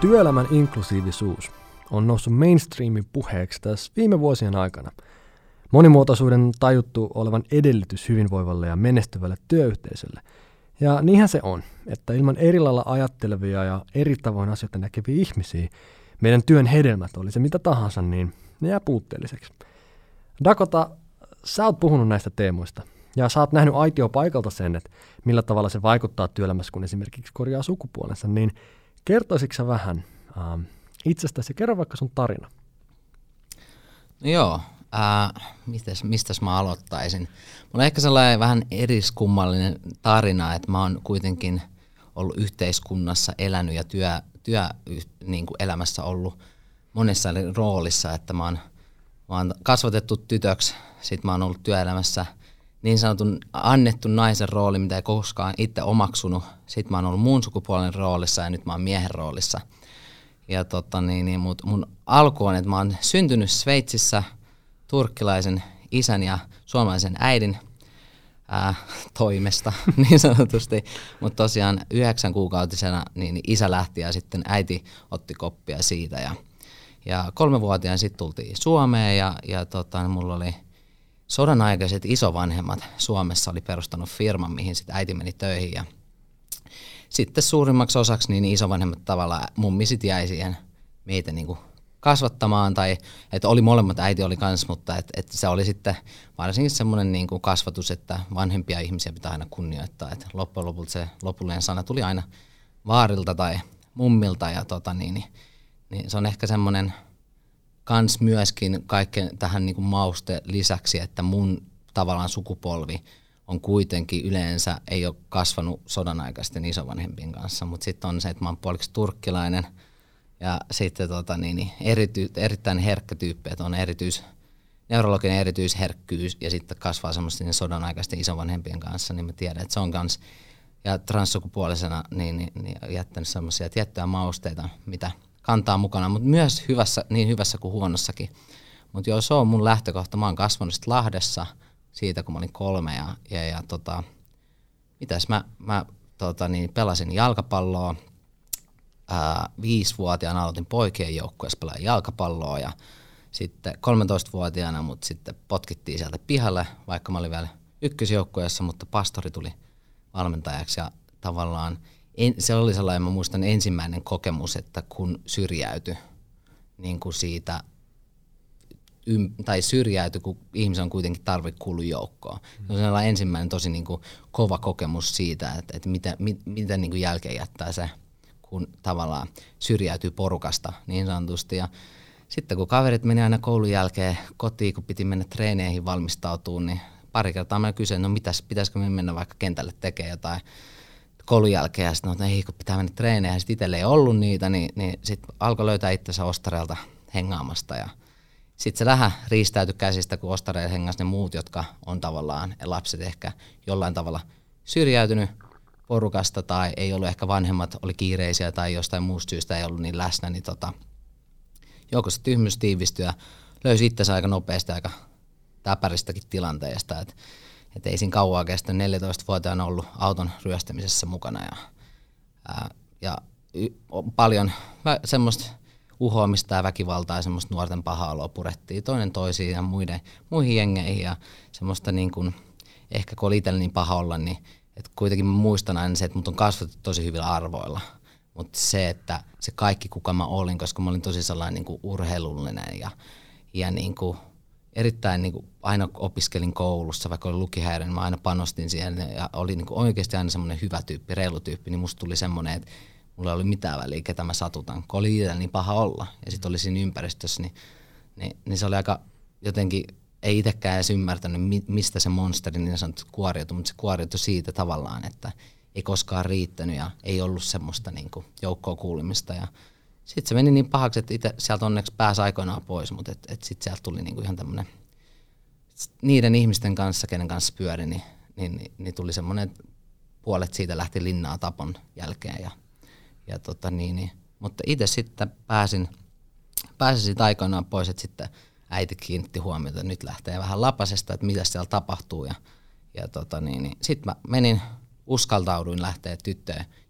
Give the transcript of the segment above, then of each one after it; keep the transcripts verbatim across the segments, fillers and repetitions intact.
Työelämän inklusiivisuus on noussut mainstreamin puheeksi tässä viime vuosien aikana. Monimuotoisuuden tajuttu olevan edellytys hyvinvoivalle ja menestyvälle työyhteisölle. Ja niinhän se on, että ilman eri lailla ajattelevia ja eri tavoin asioita näkeviä ihmisiä meidän työn hedelmät, oli se mitä tahansa, niin ne jää puutteelliseksi. Dakota, sä oot puhunut näistä teemoista ja sä oot nähnyt aitiopaikalta sen, että millä tavalla se vaikuttaa työelämässä, kun esimerkiksi korjaa sukupuolensa, niin kertoisitko sä vähän ähm, itsestäsi ja kerro vaikka sun tarina? No joo, äh, mistäs, mistäs mä aloittaisin? Mulla on ehkä sellainen vähän eriskummallinen tarina, että mä oon kuitenkin ollut yhteiskunnassa elänyt ja työ, työ niin kuin elämässä ollut monessa eri roolissa, että mä oon, mä oon kasvatettu tytöksi, sit mä oon ollut työelämässä niin sanotun annettu naisen rooli, mitä ei koskaan itse omaksunut. Sitten mä oon ollut muun sukupuolen roolissa ja nyt mä oon miehen roolissa. Ja tota, niin, niin, mut mun alku on, että mä oon syntynyt Sveitsissä turkkilaisen isän ja suomalaisen äidin ää, toimesta niin sanotusti. Mutta tosiaan yhdeksän kuukautisena niin isä lähti ja sitten äiti otti koppia siitä. Ja, ja kolmevuotiaan sitten tultiin Suomeen ja, ja tota, mulla oli sodan aikaiset isovanhemmat Suomessa oli perustanut firman, mihin sitten äiti meni töihin. Ja sitten suurimmaksi osaksi niin isovanhemmat tavallaan mummi sit jäi siihen meitä niinku kasvattamaan. Tai että oli molemmat, äiti oli kans, mutta et, et se oli sitten varsinkin semmoinen niinku kasvatus, että vanhempia ihmisiä pitää aina kunnioittaa. Et loppujen lopulta se lopullinen sana tuli aina vaarilta tai mummilta. Ja tota niin, niin, niin se on ehkä semmoinen kans myöskin kaiken tähän niinku mauste lisäksi, että mun tavallaan sukupolvi on kuitenkin yleensä, ei ole kasvanut sodan aikaisten isovanhempien kanssa, mutta sitten on se, että mä oon puoliksi turkkilainen ja sitten tota, niin, niin, erity, erittäin herkkä tyyppi, että on erityis, neurologinen erityisherkkyys ja sitten kasvaa semmoisten sodan aikaisten isovanhempien kanssa, niin mä tiedän, että se on kans, ja transsukupuolisena niin, niin, niin jättänyt semmoisia tiettyjä mausteita, mitä kantaa mukana, mutta myös hyvässä, niin hyvässä kuin huonossakin. Mutta joo, se on mun lähtökohta. Mä oon kasvanut sit Lahdessa siitä, kun mä olin kolme. Ja, ja, ja tota, mitäs mä, mä tota, niin pelasin jalkapalloa. Ää, viisivuotiaana aloitin poikien joukkueessa pelaa jalkapalloa. Ja sitten kolmetoistavuotiaana mut sitten potkittiin sieltä pihalle, vaikka mä olin vielä ykkösjoukkueessa, mutta pastori tuli valmentajaksi ja tavallaan En, se oli sellainen, mä muistan ensimmäinen kokemus, että kun syrjäytyi niin kuin siitä, ym, tai syrjäytyi, kun ihmisen on kuitenkin tarve kuulua joukkoon. Mm. Se on sellainen ensimmäinen tosi niin kuin kova kokemus siitä, että, että mitä, mit, mitä niin kuin jälkeen jättää se, kun tavallaan syrjäytyy porukasta niin sanotusti. Ja sitten kun kaverit meni aina koulun jälkeen kotiin, kun piti mennä treeneihin valmistautumaan, niin pari kertaa mä kysyin, no mitäs, pitäisikö me mennä vaikka kentälle tekemään jotain koulun jälkeen ja sitten no, ei kun pitää mennä treeneihin ja sitten itselle ei ollut niitä, niin, niin sitten alkoi löytää itsensä ostareelta hengaamasta ja sitten se vähän riistäytyi käsistä, kun ostareilla hengasi ne muut, jotka on tavallaan lapset ehkä jollain tavalla syrjäytynyt porukasta tai ei ollut ehkä vanhemmat, oli kiireisiä tai jostain muusta syystä ei ollut niin läsnä, niin tota, joukossa tyhmyys tiivistyi ja löysi itsensä aika nopeasti aika täpäristäkin tilanteesta, että Että ei siinä kauaa kestänyt, neljätoistavuotiaana ollut auton ryöstämisessä mukana ja, ää, ja y, paljon vä, semmoista uhoamista ja väkivaltaa ja semmoista nuorten pahaa oloa purettiin toinen toisiin ja muiden, muihin jengeihin ja semmoista niin kuin, ehkä kun oli itsellä niin paha olla, niin että kuitenkin mä muistan aina se, että mut on kasvatettu tosi hyvillä arvoilla, mutta se, että se kaikki kuka mä olin, koska mä olin tosi sellainen niin kuin urheilullinen ja, ja niin kuin erittäin niin kuin aina opiskelin koulussa, vaikka oli lukihäiriö, niin mä aina panostin siihen ja oli niin kuin oikeasti aina semmoinen hyvä tyyppi, reilu tyyppi, niin musta tuli semmoinen, että mulla ei ollut mitään väliä, ketä mä satutan, kun oli itsellä niin paha olla ja sitten oli siinä ympäristössä, niin, niin, niin se oli aika jotenkin, ei itsekään edes ymmärtänyt, mistä se monsteri niin sanottu kuoriutui, mutta se kuoriutui siitä tavallaan, että ei koskaan riittänyt ja ei ollut semmoista niin kuin joukkoa kuulimista ja sitten se meni niin pahaksi, että itse sieltä onneksi pääsi aikoinaan pois, mutta et, et sitten sieltä tuli niinku ihan tämmöinen, niiden ihmisten kanssa, kenen kanssa pyörin, niin, niin, niin, niin tuli semmoinen, puolet siitä lähti linnaa tapon jälkeen. Ja, ja tota niin, niin, mutta itse sitten pääsin, pääsin siitä aikoinaan pois, että sitten äiti kiinnitti huomiota, että nyt lähtee vähän lapasesta, että mitä siellä tapahtuu. Ja, ja tota niin, niin, sitten mä menin, uskaltauduin lähteä tyttöjen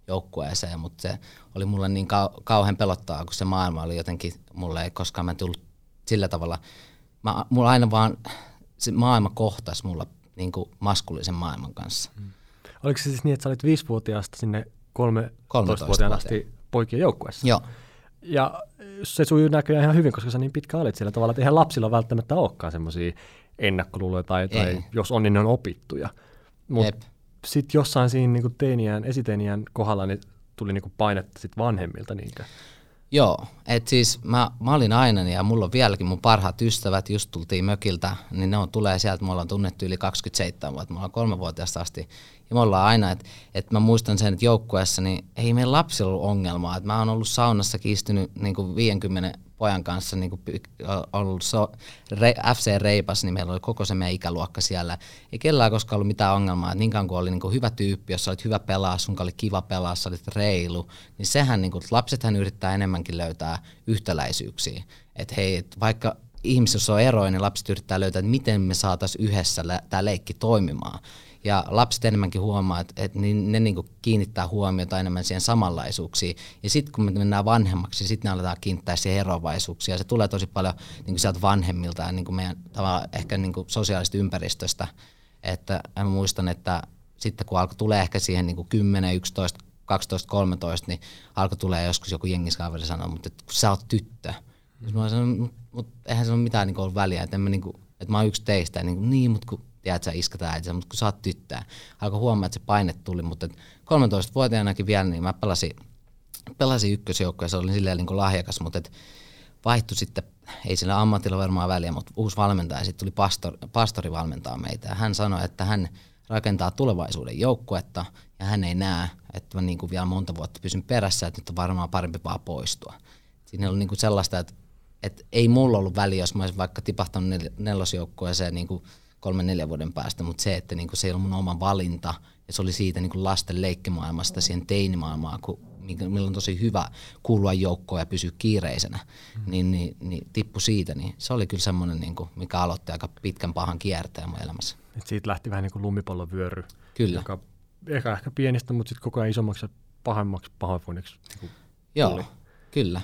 joukkueeseen, mutta se oli mulle niin kau- kauhean pelottavaa, kun se maailma oli jotenkin, mulle ei koskaan mä tullut sillä tavalla, mä, mulla aina vaan se maailma kohtasi mulla niin kuin maskuliisen maailman kanssa. Hmm. Oliko se siis niin, että sä olit viisivuotiaasta sinne kolmetoistavuotiaana asti poikien joukkueessa? Joo. Ja se sujuu näköjään ihan hyvin, koska sä niin pitkä olit siellä tavalla, että eihän lapsilla välttämättä olekaan semmoisia ennakkoluuloja tai, tai jos on, niin ne on opittuja. Mutta sitten jossain siinä niin teiniään, esiteiniään kohdalla niin tuli niin painetta sit vanhemmilta niitä. Joo, että siis mä, mä olin aina, ja mulla on vieläkin mun parhaat ystävät, just tultiin mökiltä, niin ne on, tulee sieltä, me ollaan tunnettu yli kaksikymmentäseitsemän vuotta, me ollaan kolmevuotiaasta asti, ja me ollaan aina, että et mä muistan sen, että joukkueessa, niin ei meidän lapsilla ollut ongelmaa, että mä oon ollut saunassakin istunut niin kuin viidenkymmenen pojan kanssa, niin kuin ollut so, re, F C Reipas, niin meillä oli koko se meidän ikäluokka siellä, ei kellään koskaan ollut mitään ongelmaa, että niin kauan kuin oli niin kuin hyvä tyyppi, jos sä olit hyvä pelaa, sun oli kiva pelaa, sä olit reilu, niin sehän, niin kuin, lapsethan yrittää enemmänkin löytää yhtäläisyyksiä, että hei, et vaikka ihmisissä on eroja, niin lapset yrittää löytää, että miten me saataisiin yhdessä tämä leikki toimimaan. Ja lapset enemmänkin huomaa, että, että ne niinku kiinnittää huomiota enemmän siihen samanlaisuuksiin. Ja sitten kun me mennään vanhemmaksi, sitten ne aletaan kiinnittää siihen eroavaisuuksiin. Ja se tulee tosi paljon niinku sieltä vanhemmilta ja niinku meidän ehkä niinku sosiaalisesta ympäristöstä. Että mä muistan, että sitten kun alkoi tulee ehkä siihen niinku kymmenen, yksitoista, kaksitoista, kolmetoista, niin alkoi tulee joskus joku jengiskaveri sanoa, mutta kun sä oot tyttö. Mm. Mä sanoin, mutta eihän se ole mitään niinku ollut väliä, että, mä, niinku, että mä oon yksi teistä. Ja niinku, niin, mutta kun tiedät, sä iskataan äitiä, mutta kun sä oot tyttää. Alkoi huomaa, että se paine tuli, mutta kolmetoistavuotiaanakin vielä, niin mä pelasin, pelasin ykkösjoukkoja, se oli silleen niin kuin lahjakas, mutta et vaihtui sitten, ei sillä ammatilla varmaan väliä, mutta uusi valmentaja, sitten tuli pastor, pastori valmentaa meitä, ja hän sanoi, että hän rakentaa tulevaisuuden joukkuetta, ja hän ei näe, että mä niin kuin vielä monta vuotta pysyn perässä, että nyt on varmaan parempi vaan poistua. Siinä oli niin kuin sellaista, että, että ei mulla ollut väliä, jos mä olisin vaikka tipahtanut nel- nelosjoukkueeseen niin kuin kolmen neljän vuoden päästä, mutta se, että niinku se ei ollut mun oma valinta, ja se oli siitä niinku lasten leikkimaailmasta siihen teinimaailmaan, kun, millä on tosi hyvä kuulua joukkoon ja pysyä kiireisenä, mm. niin, niin, niin tippui siitä, niin se oli kyllä semmoinen, niinku, mikä aloitti aika pitkän pahan kierteen mun elämässä. Et siitä lähti vähän niin kuin lumipallon vyöry, kyllä. Joka ehkä, ehkä pienistä, mutta sitten koko ajan isommaksi ja pahemmaksi pahoinvoinniksi. Niin joo, tuli. Kyllä.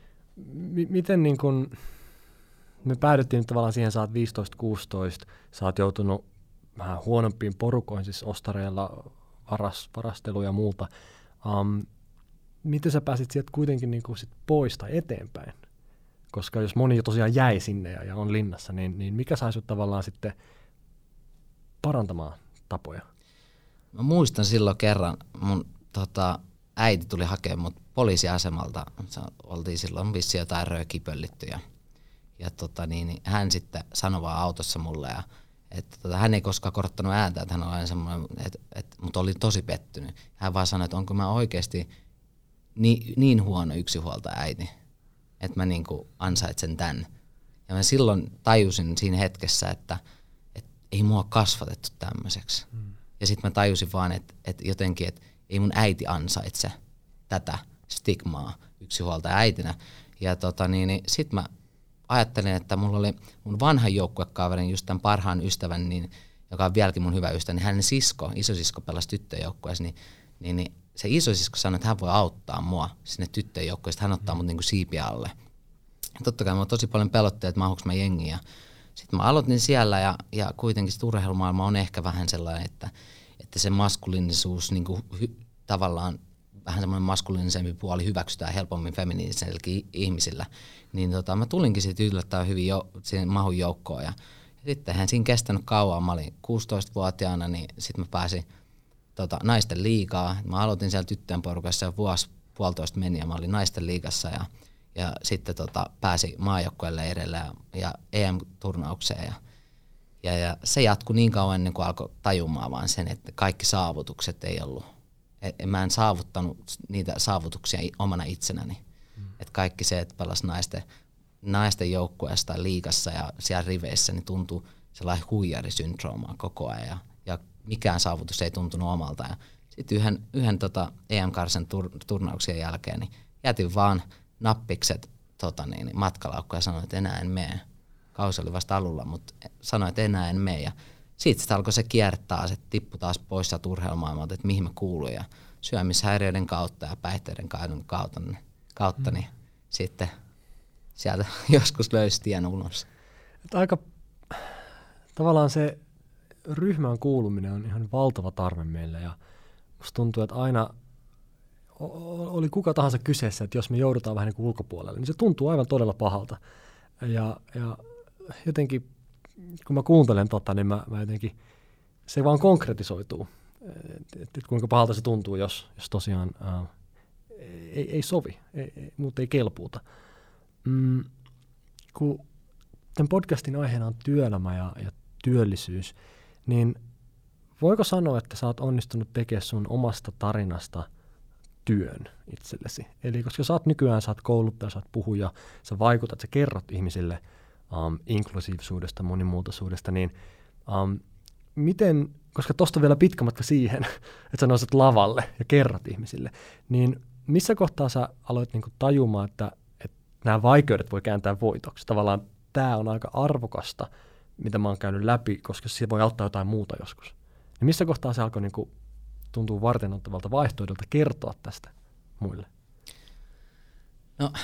M- miten niin kuin me päädyttiin nyt tavallaan siihen, sä oot viisitoista kuusitoista, sä oot joutunut vähän huonompiin porukoihin, siis ostareilla, varas, varastelu ja muuta. Um, miten sä pääsit sieltä kuitenkin niin kuin sit pois tai eteenpäin? Koska jos moni jo tosiaan jäi sinne ja, ja on linnassa, niin, niin mikä sai sut tavallaan sitten parantamaan tapoja? Mä muistan silloin kerran, mun tota, äiti tuli hakemaan mut poliisiasemalta, oltiin silloin vissiin jotain röökipöllitty ja Ja tota, niin, niin hän sitten sanoi vaan autossa mulle, ja, että tota, hän ei koskaan korottanut ääntä, että hän on aina semmoinen, että, että, mutta oli tosi pettynyt. Hän vaan sanoi, että onko mä oikeasti niin, niin huono yksinhuolta äiti, että mä niinku ansaitsen tämän. Ja mä silloin tajusin siinä hetkessä, että, että ei mua kasvatettu tämmöiseksi. Hmm. Ja sitten mä tajusin vaan, että, että jotenkin, että ei mun äiti ansaitse tätä stigmaa yksinhuolta äitinä. Ja tota, niin, niin sitten mä ajattelin, että mulla oli mun vanhan joukkuekaverin, just tämän parhaan ystävän, niin, joka on vieläkin mun hyvä ystävä, niin hänen sisko, isosisko pelasi tyttöjoukkueessa, niin, niin, niin se isosisko sanoi, että hän voi auttaa mua sinne tyttöjoukkueessa, hän ottaa mut niinku siipiä alle. Ja totta kai mä tosi paljon pelotteet, että mahuks mä jengiä. Sitten mä aloitin siellä ja, ja kuitenkin sit urheilumaailma on ehkä vähän sellainen, että, että se maskuliinisuus niinku, hy, tavallaan vähän semmoinen maskuliinisempi puoli hyväksytään helpommin feminiinisillä ihmisillä, niin tota, mä tulinkin siitä yllättävän hyvin jo, siihen mahun joukkoon. Ja, ja sittenhän siinä kestänyt kauan. Mä olin kuusitoistavuotiaana, niin sitten mä pääsin tota, naisten liigaa. Mä aloitin siellä tyttöjen porukassa ja vuosi puolitoista meni ja mä olin naisten liigassa ja, ja sitten tota, pääsin maajoukkueelle edelleen ja, ja E M-turnaukseen. Ja, ja, ja se jatkui niin kauan ennen kuin alkoi tajumaan vaan sen, että kaikki saavutukset ei ollut. Et mä en saavuttanut niitä saavutuksia omana itsenäni. Mm. Että kaikki se, että pelas naisten, naisten joukkueesta liigassa ja siellä riveissä, niin tuntui sellainen huijarisyndroomaa koko ajan. Ja, ja mikään saavutus ei tuntunut omalta. Sitten yhden, yhden tota E M-karsen tur, turnauksien jälkeen niin jätin vaan nappikset tota niin, matkalaukkuun ja sanoin, että enää en mene. Kausi oli vasta alulla, mutta sanoin, että enää en mene. Ja siitä alkoi se kiertää, se tippui taas pois sieltä urheilumaailmalta, että mihin mä kuuluin. Ja syömishäiriöiden kautta ja päihteiden kautta, kautta mm. niin sitten sieltä joskus löysi tien ulos. Että aika tavallaan se ryhmään kuuluminen on ihan valtava tarve meille ja musta tuntuu, että aina oli kuka tahansa kyseessä, että jos me joudutaan vähän niin kuin ulkopuolelle, niin se tuntuu aivan todella pahalta. Ja, ja jotenkin, kun mä kuuntelen tota, niin mä, mä jotenkin, se vaan konkretisoituu, että et, et kuinka pahalta se tuntuu, jos, jos tosiaan ää, ei, ei sovi, ei, ei, mutta ei kelpuuta. Mm, kun tämän podcastin aiheena on työelämä ja, ja työllisyys, niin voiko sanoa, että sä oot onnistunut tekemään sun omasta tarinasta työn itsellesi? Eli koska sä oot nykyään, sä oot kouluttaja, sä oot puhuja, sä vaikutat, sä kerrot ihmisille um, inklusiivisuudesta, monimuotoisuudesta, niin um, miten, koska tosta on vielä pitkä matka siihen, että sä nouset lavalle ja kerrot ihmisille, niin missä kohtaa sä aloit niinku tajumaan, että, että nämä vaikeudet voi kääntää voitoksi? Tavallaan tämä on aika arvokasta, mitä mä oon käynyt läpi, koska se voi auttaa jotain muuta joskus. Ja missä kohtaa se alkoi niinku tuntuu varteenottavalta vaihtoehdolta kertoa tästä muille? No,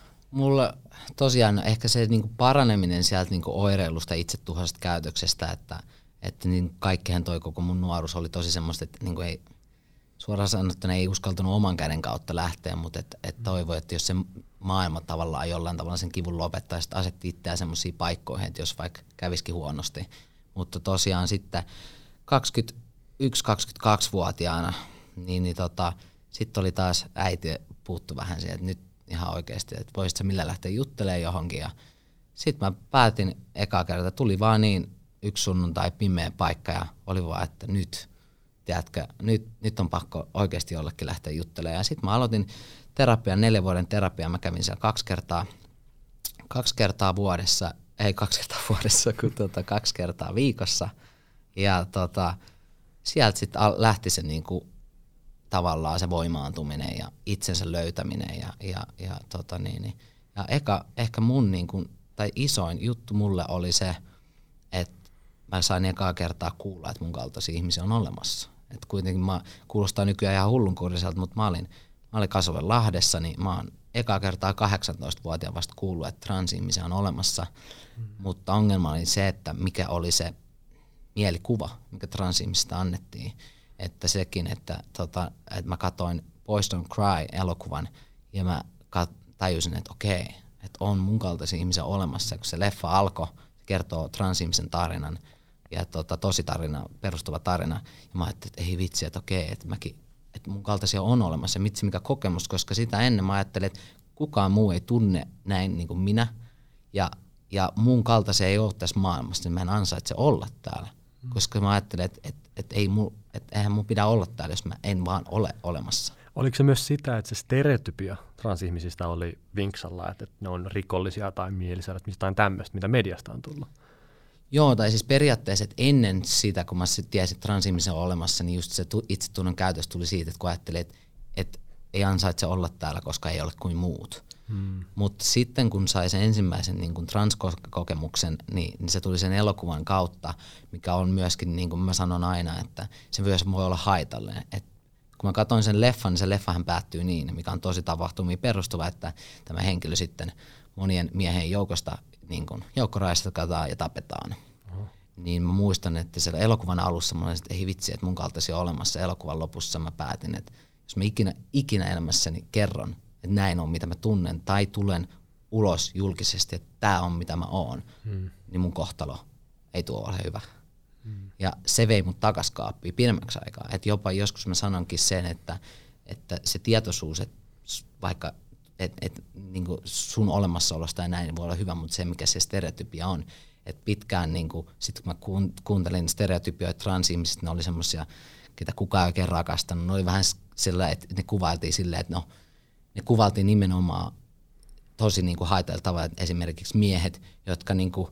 mulla tosiaan ehkä se niinku paraneminen sieltä niinku oireilusta itsetuhoisesta käytöksestä, että, että niin kaikkihan toi koko mun nuoruus oli tosi semmoista, että niinku ei, suoraan sanottuna ei uskaltanut oman käden kautta lähteä, mutta et, et toivoi, että jos se maailma tavallaan jollain tavalla sen kivun lopettaisi, että asetti itseään semmoisiin paikkoihin, että jos vaikka kävisikin huonosti. Mutta tosiaan sitten kaksikymmentäyksi kaksikymmentäkaksivuotiaana, niin, niin tota, sitten oli taas äiti puuttu vähän siihen, että nyt ihan oikeasti, että voisit sä millä lähteä juttelemaan johonkin. Ja sitten mä päätin eka kertaa, tuli vaan niin yksi sunnuntai pimeä paikka ja oli vaan, että nyt, tiedätkö, nyt, nyt on pakko oikeasti jollekin lähteä juttelemaan. Ja sitten mä aloitin terapian, neljän vuoden terapiaa, mä kävin siellä kaksi kertaa, kaksi kertaa vuodessa, ei kaksi kertaa vuodessa, kun tuota, kaksi kertaa viikossa. Ja tota, sieltä sitten lähti se niinku, tavallaan se voimaantuminen ja itsensä löytäminen. Ja, ja, ja, tota niin, niin. ja eka, ehkä mun niinku, tai isoin juttu mulle oli se, että mä sain ekaa kertaa kuulla, että mun kaltaisia ihmisiä on olemassa. Et kuitenkin mä kuulostaa nykyään ihan hullunkuriselta, mutta mä olin, mä olin kasvanut Lahdessa, niin mä oon ekaa kertaa kahdeksantoistavuotiaan vasta kuullut, että transihmisiä on olemassa. Mm. Mutta ongelma oli se, että mikä oli se mielikuva, mikä transihmisistä annettiin. Että sekin, että, tota, että mä katsoin Boys Don't Cry-elokuvan ja mä kat- tajusin, että okei, että on mun kaltaisia ihmisiä olemassa. Kun se leffa alkoi, se kertoo transihmisen tarinan ja tota, tositarina, perustuva tarina. Ja mä ajattelin, että ei vitsi, että okei, että mäkin, että mun kaltaisia on olemassa. Ja mitsi mikä kokemus, koska sitä ennen mä ajattelin, että kukaan muu ei tunne näin niin kuin minä. Ja, ja mun kaltaisia ei ole tässä maailmassa, niin mä en ansaitse olla täällä. Mm. Koska mä ajattelin, että, että, että, ei mul, että eihän mun pidä olla täällä, jos mä en vaan ole olemassa. Oliko se myös sitä, että se stereotypia transihmisistä oli vinksalla, että ne on rikollisia tai mielisairaat, jotain tämmöistä, mitä mediasta on tullut? Joo, tai siis periaatteessa, että ennen sitä, kun mä tiesin, että transihmisen on olemassa, niin just se itsetunnon käytös tuli siitä, että kun ajattelin, että, että ei ansaitse olla täällä, koska ei ole kuin muut. Hmm. Mutta sitten kun sai sen ensimmäisen niin kun transkokemuksen, niin, niin se tuli sen elokuvan kautta, mikä on myöskin, niin kuin mä sanon aina, että se myös voi olla haitallinen. Et kun mä katsoin sen leffan, niin se leffahan päättyy niin, mikä on tosi tapahtumiin perustuva, että tämä henkilö sitten monien miehen joukosta niin kun joukkoraiskataan ja tapetaan. Uh-huh. Niin mä muistan, että siellä elokuvan alussa mä olin, että ei vitsi, että mun kaltaisia on olemassa. Elokuvan lopussa mä päätin, että jos mä ikinä, ikinä elämässäni kerron, että näin on, mitä mä tunnen, tai tulen ulos julkisesti, että tää on, mitä mä oon, hmm. niin mun kohtalo ei tuo ole hyvä. Hmm. Ja se vei mut takas kaappiin pidemmäksi aikaa. Et jopa joskus mä sanonkin sen, että, että se tietoisuus, että vaikka et, et, niinku sun olemassaolosta ja näin voi olla hyvä, mutta se, mikä se stereotypia on, että pitkään, niinku, sit kun mä kuuntelin stereotypioita transihmisistä, ne oli semmosia, ketä kukaan ei oikein rakastanut, ne oli vähän sillä, että ne kuvailtiin silleen, että no, ne kuvaltiin nimenomaan tosi niinku haitalla tavalla, esimerkiksi miehet, jotka niinku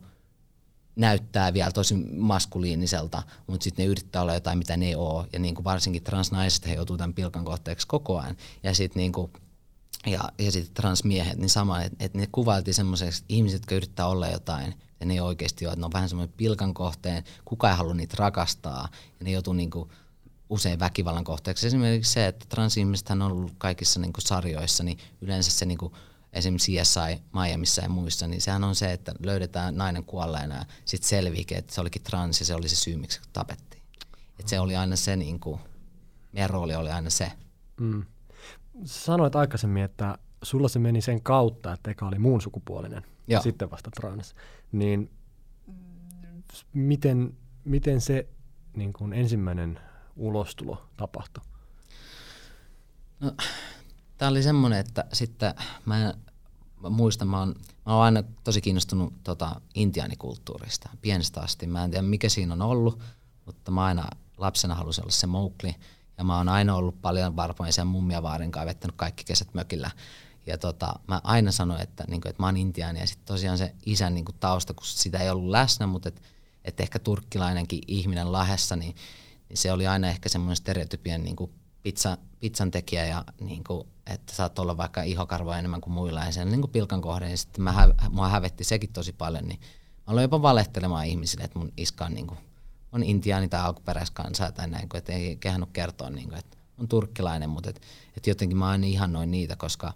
näyttää vielä tosi maskuliiniselta, mutta sitten ne yrittää olla jotain, mitä ne ei ole. Ja niinku varsinkin transnaiset, he joutuu tämän pilkan kohteeksi koko ajan. Ja sitten niinku, ja, ja sit transmiehet, niin sama, että et ne kuvailtiin semmoiseksi ihmiset, jotka yrittää olla jotain, ja ne ei oikeasti ole, että ne on vähän semmoinen pilkan kohteen, kukaan ei halua niitä rakastaa, ja ne joutuu niinku usein väkivallan kohteeksi. Esimerkiksi se, että transihmiset on ollut kaikissa niin kuin sarjoissa, niin yleensä se niin kuin esimerkiksi C S I Miamiissa ja muissa, niin sehän on se, että löydetään nainen kuolleena ja sitten selviikin, että se olikin trans ja se oli se syy, miksi tapettiin. Että se oli aina se, niin kuin, meidän rooli oli aina se. Mm. Sanoit aikaisemmin, että sulla se meni sen kautta, että eka oli muun sukupuolinen ja sitten vasta trans. Niin miten, miten se niin kuin ensimmäinen ulostulo tapahtui? No, tämä oli semmoinen, että sitten mä, mä muistan, mä oon, mä oon aina tosi kiinnostunut tota, intiaanikulttuurista pienestä asti. Mä en tiedä mikä siinä on ollut, mutta mä aina lapsena halusin olla se Mowgli. Ja mä oon aina ollut paljon varpoisen mummia vaarin kanssa, vettänyt kaikki kesät mökillä. Ja tota, mä aina sanoin, että, niin kuin, että mä oon intiaani. Ja sitten tosiaan se isän niin kuin tausta, kun sitä ei ollut läsnä, mutta et, et ehkä turkkilainenkin ihminen Lahdessa, niin, niin se oli aina ehkä semmoinen stereotypien niin kuin pizza, pizzan tekijä, ja niin kuin, että saat olla vaikka ihokarvoa enemmän kuin muilla. Ja sen niin kuin pilkan kohde, niin sitten mä, hä, mua hävetti sekin tosi paljon. Niin mä aloin jopa valehtelemaan ihmisille, että mun iska on, niin kuin, on intiaani tai alkuperäiskansa tai näin, että ei kehannut kertoa, niin kuin, että on turkkilainen, mutta et, et jotenkin mä aina ihannoin niitä, koska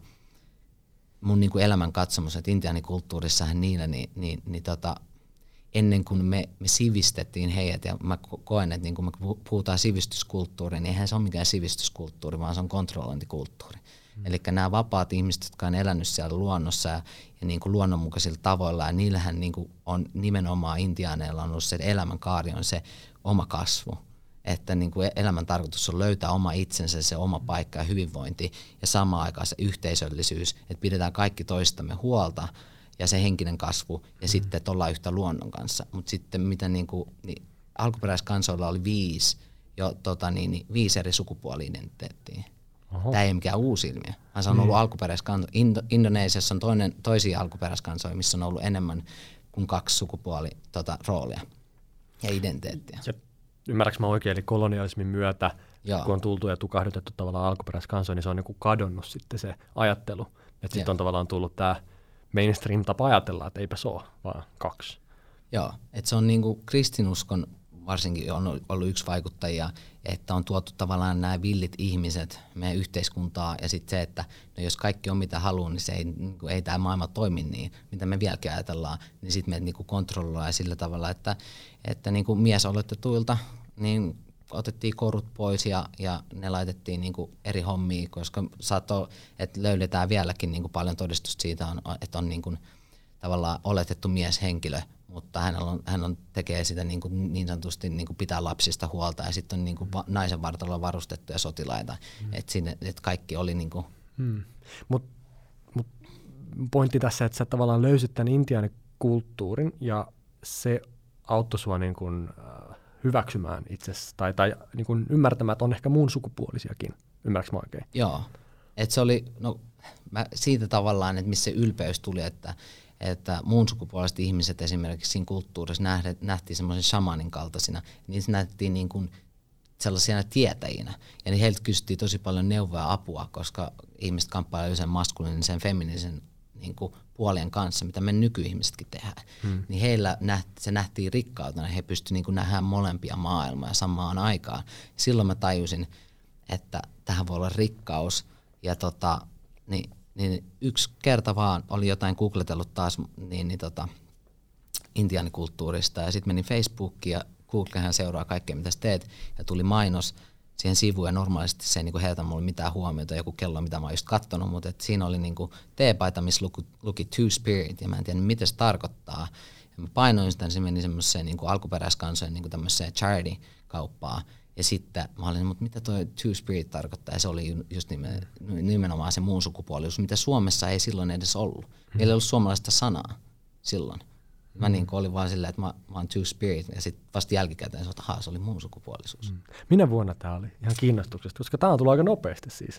mun niin kuin elämän katsomus, että intiaanikulttuurissahan niillä, niin, niin, niin tota, ennen kuin me, me sivistettiin heidät, ja mä koen, että niin kun me puhutaan sivistyskulttuuri, niin eihän se ole mikään sivistyskulttuuri, vaan se on kontrollointikulttuuri. Mm. Eli nämä vapaat ihmiset, jotka on elänyt siellä luonnossa ja, ja niin kuin luonnonmukaisilla tavoilla, ja niillähän niin kuin on nimenomaan intiaaneilla on ollut se elämänkaari, on se oma kasvu. Että niin kuin elämän tarkoitus on löytää oma itsensä, se oma paikka ja hyvinvointi, ja samaan aikaan se yhteisöllisyys, että pidetään kaikki toistamme huolta, ja se henkinen kasvu, ja mm. sitten, että ollaan yhtä luonnon kanssa. Mutta sitten mitä niin kuin, niin alkuperäiskansoilla oli viisi, jo, tota, niin, niin, viisi eri sukupuoli-identiteettiä. Tämä ei ole mikään uusi ilmiö, vaan se on ollut mm. alkuperäiskanso. Indo- Indonesiassa on toinen, toisia alkuperäiskansoja, missä on ollut enemmän kuin kaksi sukupuoli tota, roolia ja identiteettiä. Ja ymmärrätkö mä oikein, eli kolonialismin myötä, Joo. kun on tultu ja tukahdutettu tavallaan alkuperäiskansoja, niin se on niin kuin kadonnut sitten se ajattelu. Että sitten on tavallaan tullut tämä mainstream-tapa ajatella, että eipä se ole, vaan kaksi. Joo, että se on niin kuin kristinuskon varsinkin on ollut yksi vaikuttajia, että on tuotu tavallaan nämä villit ihmiset meidän yhteiskuntaa, ja sitten se, että no jos kaikki on mitä haluaa, niin se ei, niin kuin, ei tämä maailma toimi niin, mitä me vieläkin ajatellaan, niin sitten me niin kuin kontrolloidaan sillä tavalla, että, että niin kuin miesoletetuilta niin otettiin korut pois ja, ja ne laitettiin niin kuin eri hommiin, koska saattoi, että löydetään vieläkin niin kuin paljon todistusta siitä, on, että on niin kuin tavallaan oletettu mieshenkilö, mutta hän, on, hän on, tekee sitä niin, kuin, niin sanotusti niin kuin pitää lapsista huolta, ja sitten on niin kuin va, naisen vartalolla varustettuja sotilaita, mm. että et kaikki oli niin kuin. Hmm. Mutta mut pointti tässä, että sä tavallaan löysit tämän intiaanikulttuurin, ja se auttoi sua niin kuin, äh, hyväksymään itsesi, tai, tai niin kuin ymmärtämään, että on ehkä muun sukupuolisiakin. Ymmärrätkö mä oikein? Joo, että se oli, no mä, siitä tavallaan, että missä se ylpeys tuli, että että muun sukupuoliset ihmiset esimerkiksi siinä kulttuurissa nähde, nähtiin semmoisen shamanin kaltaisina, niin se nähtiin niin kuin sellaisina tietäjinä. Ja niin heiltä kysyttiin tosi paljon neuvoa ja apua, koska ihmiset kamppailevat sen maskuliinisen, feminisen niin kuin puolien kanssa, mitä me nykyihmisetkin tehdään. Hmm. Niin heillä nähti, se nähtiin rikkautena, he pystyivät niin kuin nähdä molempia maailmaa samaan aikaan. Ja silloin mä tajusin, että tähän voi olla rikkaus, ja tota, niin niin yksi kerta vaan oli jotain googletellut taas niin, niin tota, intiaanikulttuurista, ja sitten menin Facebookiin, ja Googlehan seuraa kaikkea, mitä sä teet, ja tuli mainos siihen sivuun, ja normaalisti se ei niinku herätä mulle mitään huomiota, joku kello, mitä mä oon just kattonut, mutta et siinä oli niinku teepaita, missä luki, luki Two Spirit, ja mä en tiedä, mitä se tarkoittaa. Ja mä painoin sitä, niin se meni semmoiseen niinku alkuperäiskansojen niinku tämmöiseen charity-kauppaan. Ja sitten mä olin, mutta mitä toi Two Spirit tarkoittaa, ja se oli just nimenomaan se muun sukupuolisuus, mitä Suomessa ei silloin edes ollut. Meillä ei ollut suomalaista sanaa silloin. Mä niin olin vaan silleen, että mä, mä oon Two Spirit, ja sitten vasta jälkikäteen että ahaa, se oli muun sukupuolisuus. Mm. Minä vuonna tää oli ihan kiinnostuksesta, koska tää on tullut aika nopeasti siis.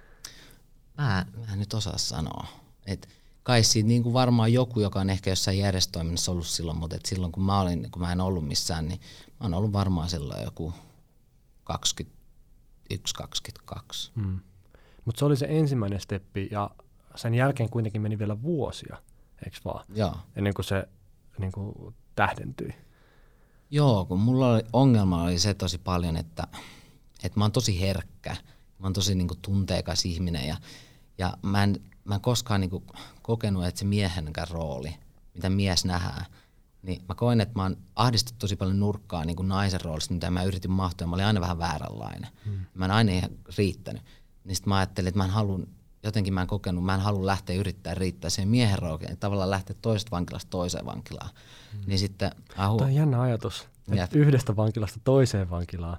Mä, mä en nyt osaa sanoa. Et kai siitä niin kuin varmaan joku, joka on ehkä jossain järjestöiminnossa ollut silloin, mutta et silloin kun mä, olin, kun mä en ollut missään, niin mä oon ollut varmaan silloin joku kaksikymmentäyksi kaksikymmentäkaksi. Hmm. Mutta se oli se ensimmäinen steppi, ja sen jälkeen kuitenkin meni vielä vuosia, eikö vaan? Joo. Ennen kuin se niin kuin tähdentyi. Joo, kun mulla oli ongelma oli se tosi paljon, että, että mä oon tosi herkkä, mä oon tosi niin kuin tunteikas ihminen ja, ja mä, en, mä en koskaan niin kuin kokenut, että se miehenkään rooli, mitä mies nähdään, niin mä koen, että mä oon ahdistettu tosi paljon nurkkaa niin kuin naisen roolista, mitä mä yritin mahtua, ja mä olin aina vähän vääränlainen. Hmm. Mä en aina ihan riittänyt. Niin sit mä ajattelin, että mä en halun, jotenkin mä en kokenut, mä en halua lähteä yrittää riittää siihen miehen rooliin, että tavallaan lähteä toisesta vankilasta toiseen vankilaan. Hmm. Niin sitten, ahu, Tämä on jännä ajatus, että yhdestä vankilasta toiseen vankilaan.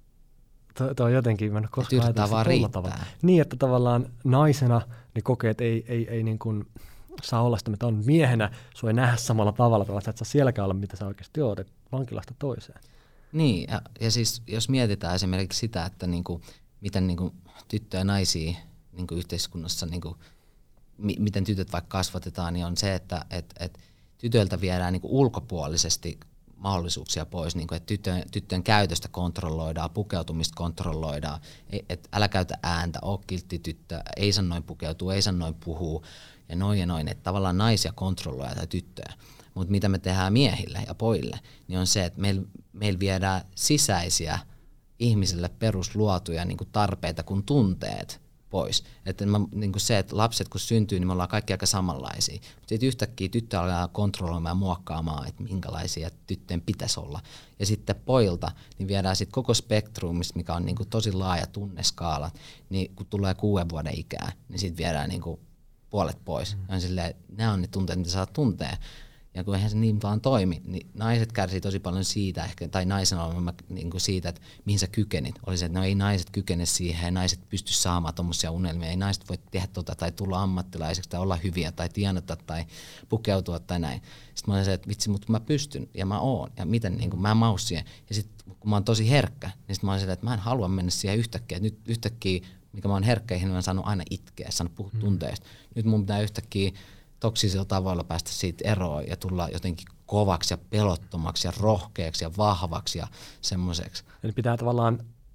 Tuo on jotenkin, mä en ole koskaan ajatellut sitä tavalla. Niin, että tavallaan naisena niin kokee, että ei, ei, ei niin kuin saa olla sitä, mitä on miehenä, sua ei nähdä samalla tavalla, että sä et saa sielläkään olla, mitä sä oikeasti oot, että vankilasta toiseen. Niin, ja, ja siis jos mietitään esimerkiksi sitä, että niinku, miten niinku tyttöjä ja naisia niinku yhteiskunnassa, niinku, mi, miten tytöt vaikka kasvatetaan, niin on se, että et, et tytöiltä viedään niinku ulkopuolisesti mahdollisuuksia pois, niin kuin, että tyttöjen, tyttöjen käytöstä kontrolloidaan, pukeutumista kontrolloidaan, että älä käytä ääntä, oo kiltti tyttö, ei saa noin pukeutua, ei saa noin puhua ja noin ja noin, että tavallaan naisia kontrolloidaan tai tyttöjä. Mutta mitä me tehdään miehille ja pojille, niin on se, että meillä meil viedään sisäisiä ihmisille perusluotuja niin kuin tarpeita kuin tunteet pois. Että mä, niin kuin se, että lapset kun syntyy, niin me ollaan kaikki aika samanlaisia. Mutta sitten yhtäkkiä tyttö alkaa kontrolloimaan ja muokkaamaan, että minkälaisia tyttöjen pitäisi olla. Ja sitten pojilta niin viedään sitten koko spektrumista, mikä on niin kuin tosi laaja tunneskaala, niin kun tulee kuuden vuoden ikää, niin sitten viedään niin kuin puolet pois. Mm. Ja on silleen, nämä on ne tunteet, mitä saa tuntea. Ja kun eihän se niin vaan toimi, niin naiset kärsii tosi paljon siitä, ehkä, tai naisena olen niin kuin siitä, että mihin sä kykenit. Oli se, että no ei naiset kykene siihen, ei naiset pysty saamaan tuommoisia unelmia, ei naiset voi tehdä tota, tai tulla ammattilaiseksi, tai olla hyviä, tai tienata, tai pukeutua, tai näin. Sitten mä olin se, että vitsi, mutta mä pystyn, ja mä oon, ja miten, niin kuin, mä en mau siihen. Ja sitten kun mä oon tosi herkkä, niin sitten mä olin se, että mä en halua mennä siihen yhtäkkiä. Nyt yhtäkkiä, mikä mä oon herkkä, niin mä oon saanut aina itkeä, saanut puhua tunteista. Nyt mun pitää yhtäkkiä toksisilla tavoilla päästä siitä eroon ja tulla jotenkin kovaksi ja pelottomaksi ja rohkeaksi ja vahvaksi ja semmoiseksi. Eli pitää tavallaan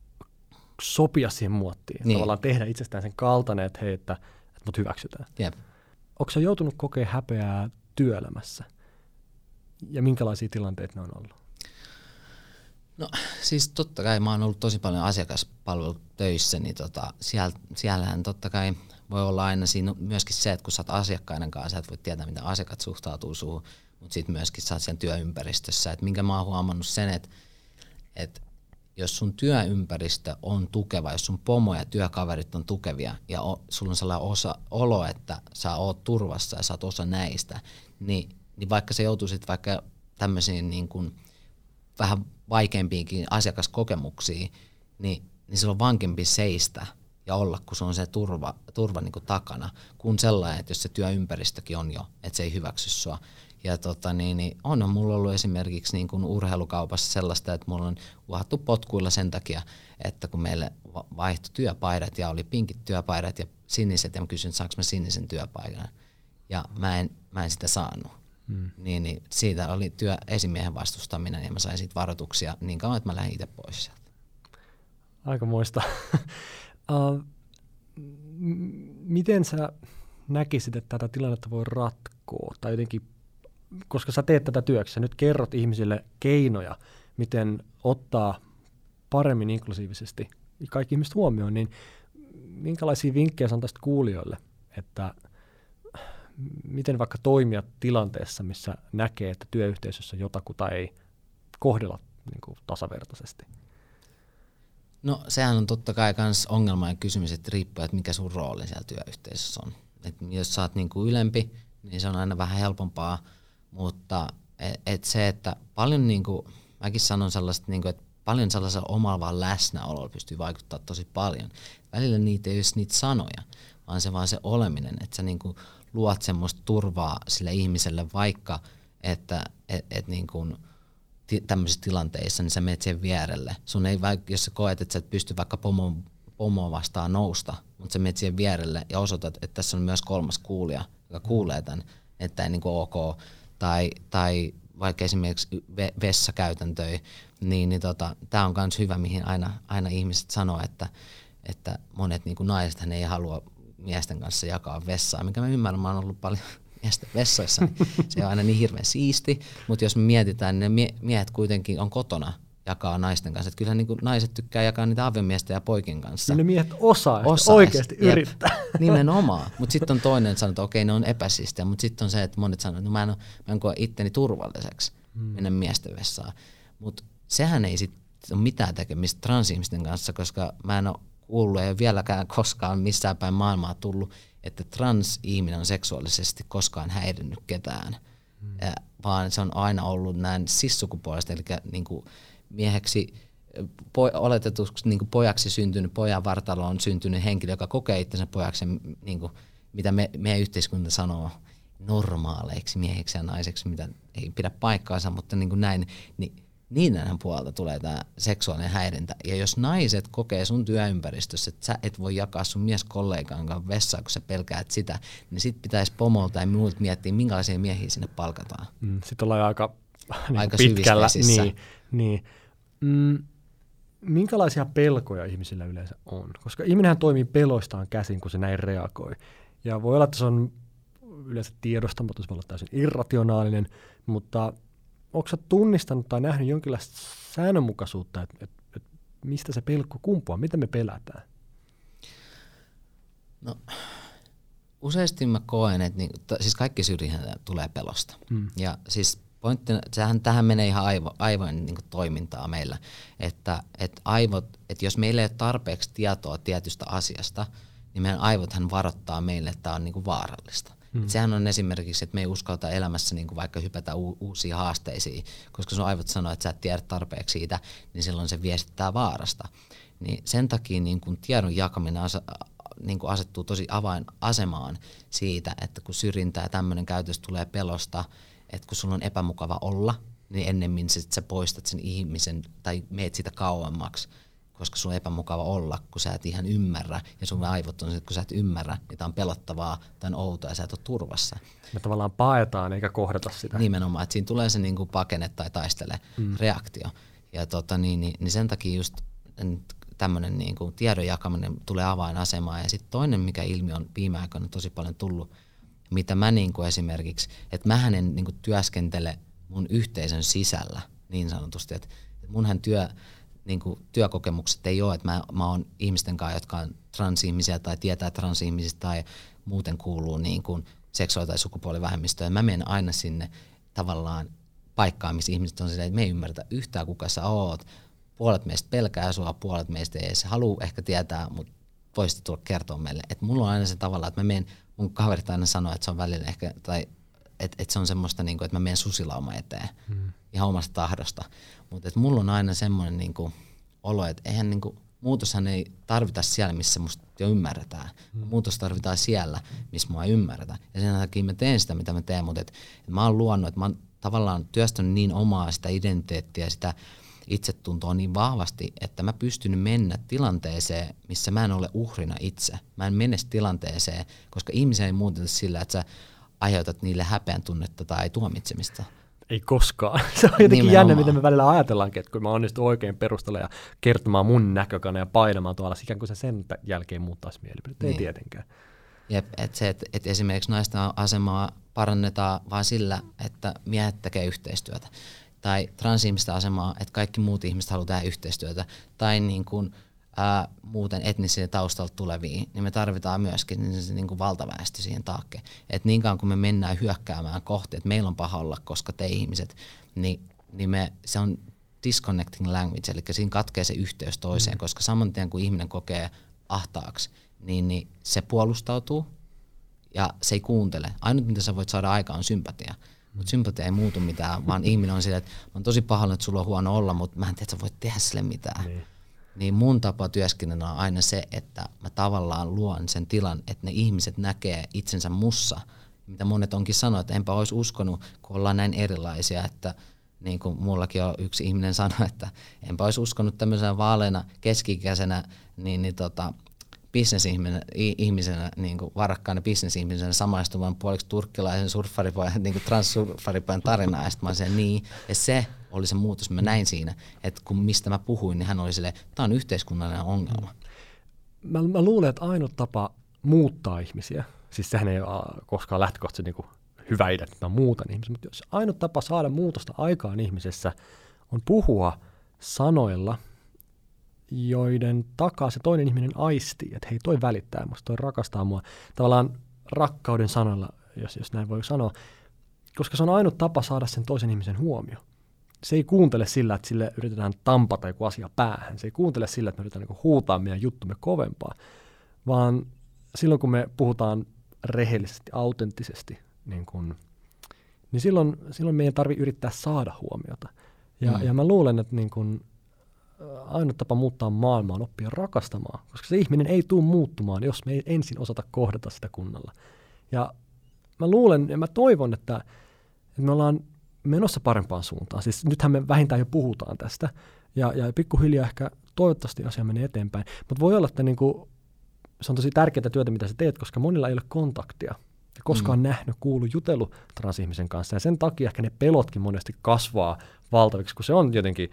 sopia siihen muottiin, niin. Tavallaan tehdä itsestään sen kaltainen, että hei, että, että mut hyväksytään. Jep. Onko sä joutunut kokea häpeää työelämässä ja minkälaisia tilanteita ne on ollut? No siis totta kai mä oon ollut tosi paljon asiakaspalvelutöissä, niin tota, siellä, siellähän totta kai voi olla aina siinä myöskin se, että kun sä oot asiakkaiden kanssa, sä et voi tietää, miten asiakkaat suhtautuu suhun, mutta sitten myöskin sä oot siellä työympäristössä. Et minkä mä oon huomannut sen, että et jos sun työympäristö on tukeva, jos sun pomo ja työkaverit on tukevia ja o, sulla on sellainen osa, olo, että sä oot turvassa ja sä oot osa näistä, niin, niin vaikka sä joutuisit vaikka tämmöisiin niin kuin vähän vaikeampiinkin asiakaskokemuksiin, niin, niin se on vankempi seistä ja olla, kun se on se turva, turva niin kuin takana, kuin sellainen, että jos se työympäristökin on jo, että se ei hyväksy sua. Ja tota, niin, niin on mulla ollut esimerkiksi niin kuin urheilukaupassa sellaista, että mulla on uhattu potkuilla sen takia, että kun meille vaihtui työpaidat ja oli pinkit työpaidat ja siniset, ja mä kysyin, että saanko mä sinisen työpaikan. Ja mä en, mä en sitä saanut. Hmm. Niin, niin siitä oli työ esimiehen vastustaminen ja mä sain siitä varoituksia niin kauan, että mä lähdin itse pois sieltä. Aika muista. uh, miten sä näkisit, että tätä tilannetta voi ratkoa? Tai jotenkin, koska sä teet tätä työksessä, nyt kerrot ihmisille keinoja, miten ottaa paremmin inklusiivisesti kaikki ihmiset huomioon, niin minkälaisia vinkkejä sä antaisit kuulijoille, että miten vaikka toimia tilanteessa, missä näkee, että työyhteisössä jotakuta ei kohdella niin kuin tasavertaisesti? No sehän on totta kai myös ongelma ja kysymys, että riippuu, että mikä sun rooli siellä työyhteisössä on. Et jos sä oot niin kuin ylempi, niin se on aina vähän helpompaa, mutta et, et se, että paljon, niin kuin, mäkin sanon sellaista, niin kuin, että paljon sellaisella omalla vaan läsnäololla pystyy vaikuttaa tosi paljon. Välillä niitä ei ole niitä sanoja, vaan se vaan se oleminen, että sä niin kuin luot semmoista turvaa sille ihmiselle, vaikka että et, et niin kuin tämmöisissä tilanteissa, niin sä menet siihen vierelle. Sun ei vaikka, jos sä koet, että sä et pysty vaikka pomoon, pomoon vastaan nousta, mutta sä menet siihen vierelle ja osoitat, että tässä on myös kolmas kuulija, joka kuulee tämän, että ei niin kuin ok, tai, tai vaikka esimerkiksi vessakäytäntöjä, niin, niin tota, tää on myös hyvä, mihin aina, aina ihmiset sanoo, että, että monet niin kuin naiset ei halua miesten kanssa jakaa vessaa, mikä mä ymmärrän, mä oon ollut paljon miesten vessoissa, niin se on aina niin hirveän siisti, mutta jos me mietitään, niin ne mie- miehet kuitenkin on kotona jakaa naisten kanssa. Että kyllähän niin kuin naiset tykkää jakaa niitä aviomiesten ja poikien kanssa. Kyllä miehet osaa, osaa oikeasti jep, yrittää. Nimenomaan. Mutta sitten on toinen, että sanoo, että okei, ne on epäsiistejä. Mutta sitten on se, että monet sanoo, että no mä en, ole, mä en koe itteni turvalliseksi hmm. mennä miesten vessaan. Mutta sehän ei sitten ole mitään tekemistä transihmisten kanssa, koska mä en ole kuullut, ei ole vieläkään koskaan missään päin maailmaa tullut, että transihminen on seksuaalisesti koskaan häirinnyt ketään. Hmm. Ja, vaan se on aina ollut näin cis-sukupuolesta, eli niin kuin mieheksi, po, oletetuksi niin kuin pojaksi syntynyt, pojan vartalo on syntynyt henkilö, joka kokee itsensä pojaksi, niin kuin, mitä me, meidän yhteiskunta sanoo normaaleiksi miehiksi ja naiseksi, mitä ei pidä paikkaansa, mutta niin kuin näin, niin niiden puolelta tulee tämä seksuaalinen häirintä. Ja jos naiset kokee sun työympäristössä, että sä et voi jakaa sun mieskollegan kanssa vessaan, kun sä pelkäät sitä, niin sit pitäisi pomolta ja muut miettiä, minkälaisia miehiä sinne palkataan. Mm, sitten ollaan aika, niin aika pitkällä. Niin, niin. Mm, minkälaisia pelkoja ihmisillä yleensä on? Koska ihminenhän toimii peloistaan käsin, kun se näin reagoi. Ja voi olla, että se on yleensä tiedostamaton, se voi olla täysin irrationaalinen, mutta onko sä tunnistanut tai nähnyt jonkinlaista säännönmukaisuutta, että et, et mistä se pelko kumpuaa, mitä me pelätään? No, useasti mä koen, että niin, t- siis kaikki syrjintä tulee pelosta. Hmm. Ja siis pointtina, sehän tähän menee ihan aivo, aivoin niin kuin toimintaa meillä, että, että aivot, että jos meillä ei ole tarpeeksi tietoa tietystä asiasta, niin meidän aivothan varoittaa meille, että tämä on niin kuin vaarallista. Hmm. Sehän on esimerkiksi, että me ei uskalta elämässä niin kuin vaikka hypätä u- uusiin haasteisiin, koska sun aivot sanoo, että sä et tiedä tarpeeksi siitä, niin silloin se viestittää vaarasta. Niin sen takia niin kuin tiedon jakaminen asa, niin kuin asettuu tosi avainasemaan siitä, että kun syrjintä ja tämmöinen käytös tulee pelosta, että kun sulla on epämukava olla, niin ennemmin sit sä poistat sen ihmisen tai meet sitä kauemmaksi, koska sun on epämukava olla, kun sä et ihan ymmärrä, ja sun aivot on se, että kun sä et ymmärrä, niin tää on pelottavaa, tai on outoa, ja sä et ole turvassa. Me tavallaan paetaan eikä kohdata sitä. Nimenomaan, että siinä tulee se niin kuin pakene tai taistele mm. reaktio. Ja tota, niin, niin, niin sen takia just tämmöinen niin kuin tiedon jakaminen tulee avainasemaan. Ja sitten toinen, mikä ilmiö on viime aikoina tosi paljon tullut, mitä mä niin kuin esimerkiksi, että mähän en niin kuin työskentele mun yhteisön sisällä niin sanotusti, että munhan työ, niin kuin työkokemukset ei ole, että mä, mä oon ihmisten kanssa, jotka on transihmisiä tai tietää transihmisistä tai muuten kuuluu niin kuin seksuaali- tai sukupuolivähemmistöön. Mä menen aina sinne tavallaan paikkaan, missä ihmiset on silleen, että me ei ymmärretä yhtään, kuka sä oot. Puolet meistä pelkää sua, puolet meistä ei edes halua ehkä tietää, mutta voisit tulla kertoa meille. Et mulla on aina se tavalla, että mä menen, mun kaverit aina sanoo, että se on välillä ehkä, tai että et se on semmoista, niinku, että mä menen susilauma eteen hmm. ihan omasta tahdosta. Mutta mulla on aina semmoinen niinku, olo, että eihän niinku, muutoshan ei tarvita siellä, missä musta jo ymmärretään. Hmm. Muutos tarvitaan siellä, missä mua ei ymmärretä. Ja sen takia mä teen sitä, mitä mä teen, mutta et, et mä oon luonut, että mä oon tavallaan työstänyt niin omaa sitä identiteettiä, sitä itsetuntoa niin vahvasti, että mä pystyn mennä tilanteeseen, missä mä en ole uhrina itse. Mä en mene tilanteeseen, koska ihmisiä ei muuteta sillä, että sä aiheutat niille häpeän tunnetta tai tuomitsemista. Ei koskaan. Se on jotenkin nimenomaan jännä, mitä me välillä ajatellaankin, että kun mä onnistun oikein perustella ja kertomaan mun näkökannan ja painamaan tuolla, ikään kuin se sen jälkeen muuttaisi mielipiteet. Niin. Ei tietenkään. Jep, että se, että et esimerkiksi naisten asemaa parannetaan vain sillä, että miehet tekee yhteistyötä. Tai transihmisten asemaa, että kaikki muut ihmiset haluaa tehdä yhteistyötä. Tai niin kuin, ää, muuten etnisiä taustalta tulevia, niin me tarvitaan myöskin niin se niin kuin valtaväestö siihen taakke. Että niin kauan kun me mennään hyökkäämään kohti, että meillä on paha olla, koska te ihmiset, niin, niin me, se on disconnecting language, eli siinä katkee se yhteys toiseen, mm. koska saman tien kun ihminen kokee ahtaaksi, niin, niin se puolustautuu ja se ei kuuntele. Ainut mitä sä voit saada aikaan on sympatia. Mutta sympatia ei muutu mitään, vaan ihminen on sillä, että mä oon tosi pahalla, että sulla on huono olla, mutta mä en tiedä, että sä voit tehdä sille mitään. Niin. Niin mun tapa työskennellä on aina se, että mä tavallaan luon sen tilan, että ne ihmiset näkee itsensä mussa. Mitä monet onkin sanonut, että enpä olisi uskonut, kun ollaan näin erilaisia, että niin kuin mullakin on yksi ihminen sanoi, että enpä olisi uskonut tämmöisenä vaaleana keski-ikäisenä, niin, niin tota, bisnesihmisenä, niin kuin varakkaana bisnesihmisenä samaistuvan puoliksi turkkilaisen surffaripojan, niin kuin transsurffaripojan tarinaa, ja sitten mä olin niin, ja se oli se muutos, mä näin siinä, että kun mistä mä puhuin, niin hän oli silleen, tämä on yhteiskunnallinen ongelma. Mä, mä luulen, että ainut tapa muuttaa ihmisiä, siis sehän ei ole koskaan lähtökohtaisesti niin kuin hyvä idea, että mä muutan ihmisiä, mutta jos ainut tapa saada muutosta aikaan ihmisessä on puhua sanoilla, joiden takaa se toinen ihminen aistii, että hei, toi välittää musta, toi rakastaa mua. Tavallaan rakkauden sanoilla, jos, jos näin voi sanoa, koska se on ainut tapa saada sen toisen ihmisen huomio. Se ei kuuntele sillä, että sille yritetään tampata joku asia päähän. Se ei kuuntele sillä, että me yritetään niin huutaa meidän juttumme kovempaa, vaan silloin kun me puhutaan rehellisesti, autenttisesti, niin, kun, niin silloin, silloin meidän tarvitsee yrittää saada huomiota. Ja, mm. ja mä luulen, että niin kun, ainut tapa muuttaa maailmaa on oppia rakastamaan, koska se ihminen ei tule muuttumaan, jos me ei ensin osata kohdata sitä kunnolla. Ja mä luulen ja mä toivon, että, että me ollaan menossa parempaan suuntaan. Siis nythän me vähintään jo puhutaan tästä, ja, ja pikkuhiljaa ehkä toivottavasti asia menee eteenpäin. Mutta voi olla, että niinku, se on tosi tärkeää työtä, mitä sä teet, koska monilla ei ole kontaktia. Ja koskaan mm. nähnyt, kuullut, jutellut transihmisen kanssa. Ja sen takia ehkä ne pelotkin monesti kasvaa valtaviksi, kun se on jotenkin,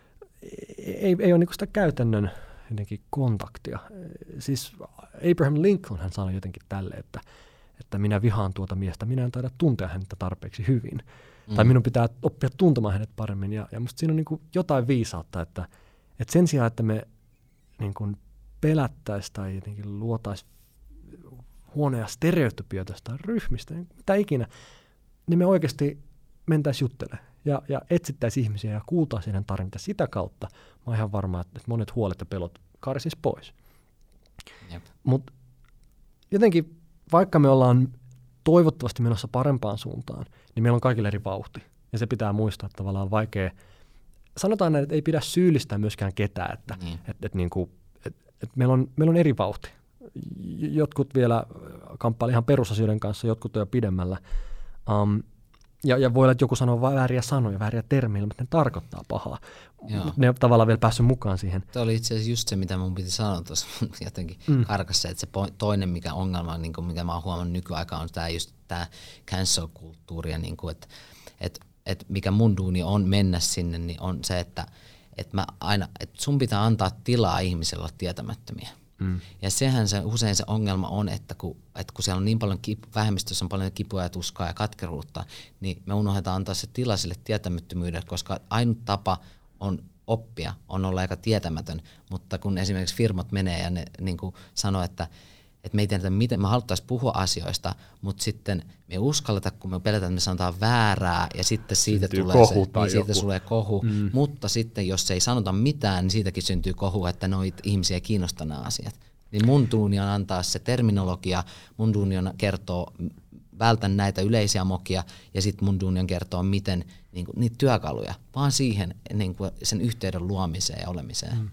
ei, ei ole niinku sitä käytännön jotenkin kontaktia. Siis Abraham Lincoln hän sanoi jotenkin tälle, että, että minä vihaan tuota miestä, minä en taida tuntea häntä tarpeeksi hyvin. Mm. Tai minun pitää oppia tuntemaan hänet paremmin. Ja, ja musta siinä on niinku jotain viisautta, että, että sen sijaan, että me niinku pelättäisiin tai jotenkin luotaisiin huonoja stereotypioita tai ryhmistä, mitä ikinä, niin me oikeasti mentäisiin juttelemaan ja, ja etsittäisiin ihmisiä ja kuultaisiin heidän tarinta. Sitä kautta mä oon ihan varma, että monet huolet ja pelot karsis pois. Mutta jotenkin, vaikka me ollaan toivottavasti menossa parempaan suuntaan, niin meillä on kaikille eri vauhti. Ja se pitää muistaa, että tavallaan on vaikea. Sanotaan näin, että ei pidä syyllistää myöskään ketään, että mm. et, et, niinku, et, et meillä, on, meillä on eri vauhti. Jotkut vielä kamppailevat ihan perusasioiden kanssa, jotkut on jo pidemmällä. Um, ja, ja voi olla, että joku sanoo vääriä sanoja, vääriä termejä, mutta ne tarkoittaa pahaa. Joo. Ne on tavallaan vielä päässyt mukaan siihen. Tuo oli itse asiassa just se, mitä mun piti sanoa tuossa jotenkin mm. karkassa, että se toinen mikä ongelma, niin kuin mikä mä oon huomannut nykyaikaan, on tämä just tämä cancel-kulttuuri, ja niin kuin, että et, et mikä mun duuni on mennä sinne, niin on se, että et mä aina, et sun pitää antaa tilaa ihmiselle olla tietämättömiä. Mm. Ja sehän se, usein se ongelma on, että kun, että kun siellä on niin paljon, kipu, vähemmistössä on paljon kipua ja tuskaa ja katkeruutta, niin me unohdetaan antaa se tila sille tietämättömyydelle, koska ainut tapa on oppia, on olla aika tietämätön, mutta kun esimerkiksi firmat menee ja ne niin kuin sanoo, että, että me ei tiedä, miten me haluttaisiin puhua asioista, mutta sitten me ei uskalleta, kun me pelätään, että me sanotaan väärää ja sitten siitä syntyy tulee se, niin siitä tulee kohu, mm. mutta sitten jos ei sanota mitään, niin siitäkin syntyy kohu, että noit ihmisiä kiinnostaa nämä asiat. Niin mun duuni on antaa se terminologia, mun duuni on kertoa, vältän näitä yleisiä mokia ja sitten mun duuni on kertoa, miten niin kuin, niitä työkaluja, vaan siihen niin kuin sen yhteyden luomiseen ja olemiseen. Mm.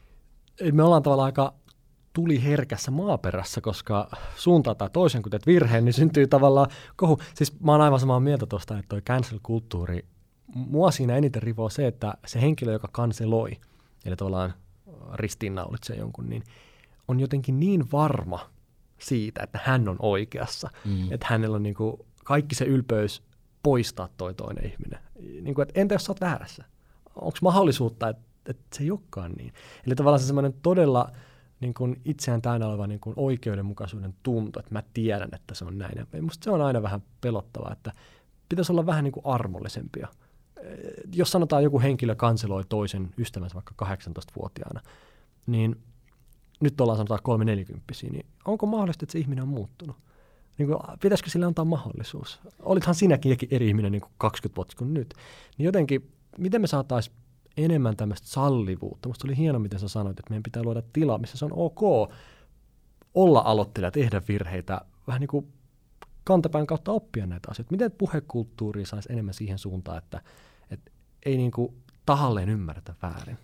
Me ollaan tavallaan aika tuli herkässä maaperässä, koska suuntaan tai toisen, kun teet virheen, niin syntyy tavallaan kohu. Siis mä oon aivan samaa mieltä tuosta, että toi cancel-kulttuuri, mua siinä eniten rivoo se, että se henkilö, joka kanseloi, eli tavallaan ristiinnaulitsee jonkun, niin on jotenkin niin varma siitä, että hän on oikeassa, mm. että hänellä on niinku kaikki se ylpeys poistaa toi toinen ihminen. Niinku, että entä jos sä oot väärässä? Onko mahdollisuutta, että, että se ei olekaan niin? Eli tavallaan se semmoinen todella niin kuin itseään täynnä oleva niin kuin oikeudenmukaisuuden tunto, että mä tiedän, että se on näin. Ja musta se on aina vähän pelottavaa, että pitäisi olla vähän niin kuin armollisempia. Jos sanotaan joku henkilö kanseloi toisen ystävänsä vaikka kahdeksantoistavuotiaana, niin nyt ollaan sanotaan kolme neljäkymppisiä, niin onko mahdollista, että se ihminen on muuttunut? Niin kuin, pitäisikö sille antaa mahdollisuus? Olithan sinäkin eri ihminen niin kuin kaksikymmentä vuotta kuin nyt. Niin jotenkin, miten me saataisiin enemmän tämmöistä sallivuutta. Musta oli hieno, miten sä sanoit, että meidän pitää luoda tila, missä se on ok olla aloittelija, tehdä virheitä, vähän niin kuin kantapään kautta oppia näitä asioita. Miten puhekulttuuri saisi enemmän siihen suuntaan, että, että ei niin kuin tahalleen ymmärretä väärin?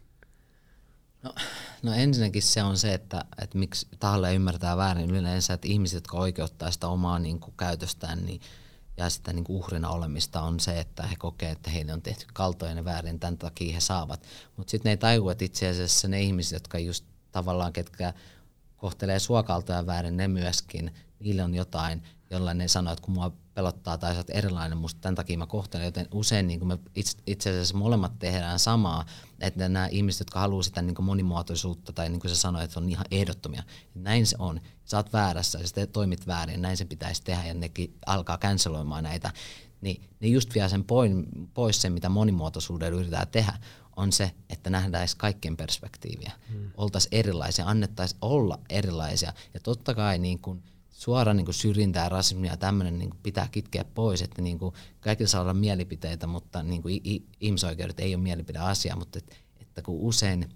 No, no ensinnäkin se on se, että, että miksi tahalleen ymmärretään väärin yleensä, että ihmiset, jotka oikeuttaa sitä omaa niin kuin käytöstään, niin ja sitä niin kuin uhrina olemista on se, että he kokee, että heille on tehty kaltoja ja väärin, tämän takia he saavat. Mutta sitten ne ei tajua, että itse asiassa ne ihmiset, jotka just tavallaan, ketkä kohtelee sua kaltoja väärin, ne myöskin, niille on jotain, jolla ne sanoo, että kun mua pelottaa tai sä oot erilainen, musta tämän takia mä kohtelen, joten usein niin kuin me itse, itse asiassa molemmat tehdään samaa, että nämä ihmiset, jotka haluaa sitä niin kuin monimuotoisuutta tai niin kuin sä sanoit, että on ihan ehdottomia, näin se on, sä oot väärässä ja sä toimit väärin, näin se pitäisi tehdä ja nekin alkaa canceloimaan näitä, niin ne just vie sen pois, pois sen, mitä monimuotoisuudella yritetään tehdä, on se, että nähdäisiin kaikkien perspektiiviä. Hmm. Oltaisiin erilaisia, annettaisiin olla erilaisia. Ja totta kai niin kun suora niin kun syrjintää ja rasismia ja tämmöinen niin kun pitää kitkeä pois, että niin kun kaikilla saa olla mielipiteitä, mutta niin kun i- ihmisoikeudet ei ole mielipideasia, mutta et, että kun usein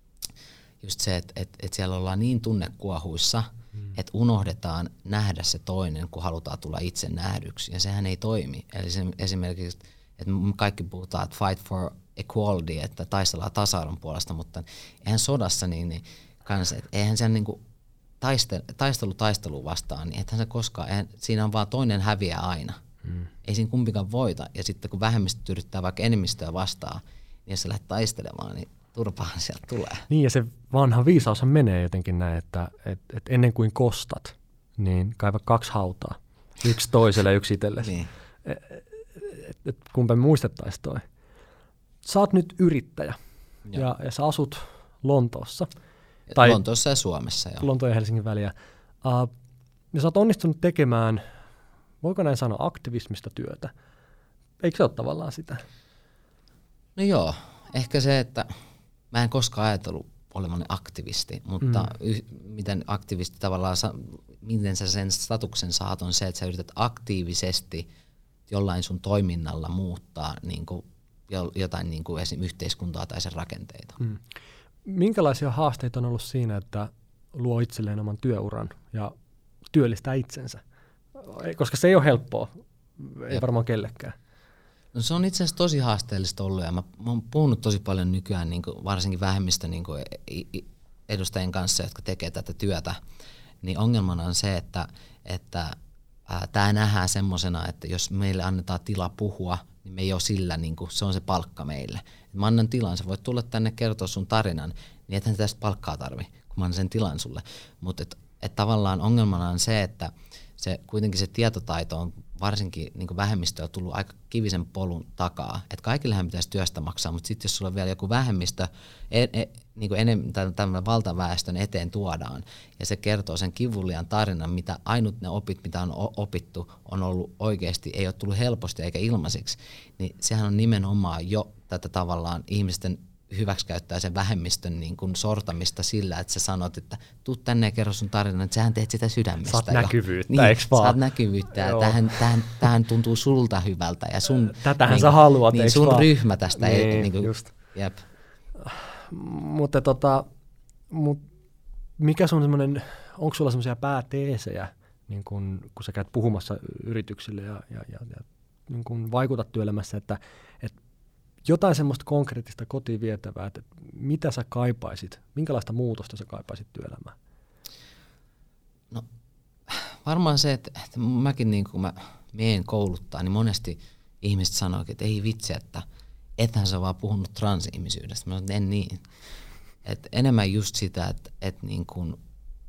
just se, että et, et siellä ollaan niin tunnekuohuissa, hmm. että unohdetaan nähdä se toinen, kun halutaan tulla itse nähdyksi, ja sehän ei toimi. Eli se, esimerkiksi, että kaikki puhutaan, että fight for equality, että taistellaan tasa-arvon puolesta, mutta eihän sodassa niin, niin kans, et eihän siellä niinku taistelu, taistelu taistelu vastaan, niin ethän se koskaan, eihän, siinä on vaan toinen häviää aina. Hmm. Ei siinä kumpikaan voita, ja sitten kun vähemmistö yrittää vaikka enemmistöä vastaan, niin jos sä lähdet taistelemaan, niin turpaahan sieltä tulee. Niin, ja se vanha viisaushan menee jotenkin näin, että et, et ennen kuin kostat, niin kaiva kaksi hautaa. Yksi toiselle ja yksi itsellesi. Niin. Et, et, et, kumpa me muistettaisiin toi. Sä oot nyt yrittäjä, ja, ja sä asut Lontoossa. Tai Lontoossa ja Suomessa, joo. Lontoon ja Helsingin väliä. Uh, ja sä oot onnistunut tekemään, voiko näin sanoa, aktivismista työtä. Eikö se ole tavallaan sitä? No joo, ehkä se, että mä en koskaan ajatellut olevani aktivisti, mutta mm. y- miten aktivisti tavallaan, sa- miten sä sen statuksen saat, on se, että sä yrität aktiivisesti jollain sun toiminnalla muuttaa niin kuin jo- jotain niin kuin esim. Yhteiskuntaa tai sen rakenteita. Mm. Minkälaisia haasteita on ollut siinä, että luo itselleen oman työuran ja työllistää itsensä? Koska se ei ole helppoa, ei Jep. varmaan kellekään. No se on itse asiassa tosi haasteellista ollut, ja mä, mä oon puhunut tosi paljon nykyään niin kuin varsinkin vähemmistö niin kuin edustajien kanssa, jotka tekee tätä työtä, niin ongelmana on se, että, että tämä nähdään semmoisena, että jos meille annetaan tila puhua, niin me ei ole sillä, niin kuin, se on se palkka meille. Et mä annan tilan, sä voit tulla tänne kertoa sun tarinan, niin ethän tästä palkkaa tarvi, kun mä annan sen tilan sulle. Mutta et, et tavallaan ongelmana on se, että se, kuitenkin se tietotaito on varsinkin niin kuin vähemmistöä tullut aika kivisen polun takaa. Että kaikillehän pitäisi työstä maksaa, mutta sitten jos sulla on vielä joku vähemmistö, e, e, niin kuin enem, tämmöinen valtaväestön eteen tuodaan, ja se kertoo sen kivuliaan tarinan, mitä ainut ne opit, mitä on opittu, on ollut oikeasti, ei ole tullut helposti eikä ilmaiseksi, niin sehän on nimenomaan jo tätä tavallaan ihmisten hyväksikäyttää sen vähemmistön niin kuin sortamista sillä, että sä sanot, että tuu tänne ja kerro sun tarinan, että sähän teet sitä sydämestä. Saat näkyvyyttä, niin, eikö vaan? Saat näkyvyyttä, ja tähän, tähän, tähän tuntuu sulta hyvältä. Ja sun, Tätähän niin, sä haluat, niin, eikö sun vaan? ryhmä tästä. Niin, ei, niin kuin, just. Jep. Mutta tota, mut mikä sun semmoinen, onko sulla semmoisia pääteesejä, niin kun, kun sä käyt puhumassa yrityksille ja, ja, ja, ja niin kun vaikutat työelämässä, että, että jotain semmoista konkreettista kotiin vietävää, että mitä sä kaipaisit, minkälaista muutosta sä kaipaisit työelämään? No varmaan se, että, että mäkin niin kun mä meen kouluttaa, niin monesti ihmiset sanoo, että ei vitsi, että ethän sä vaan puhunut transihmisyydestä. Mä sanon, että en niin. Et enemmän just sitä, että, että niin kun,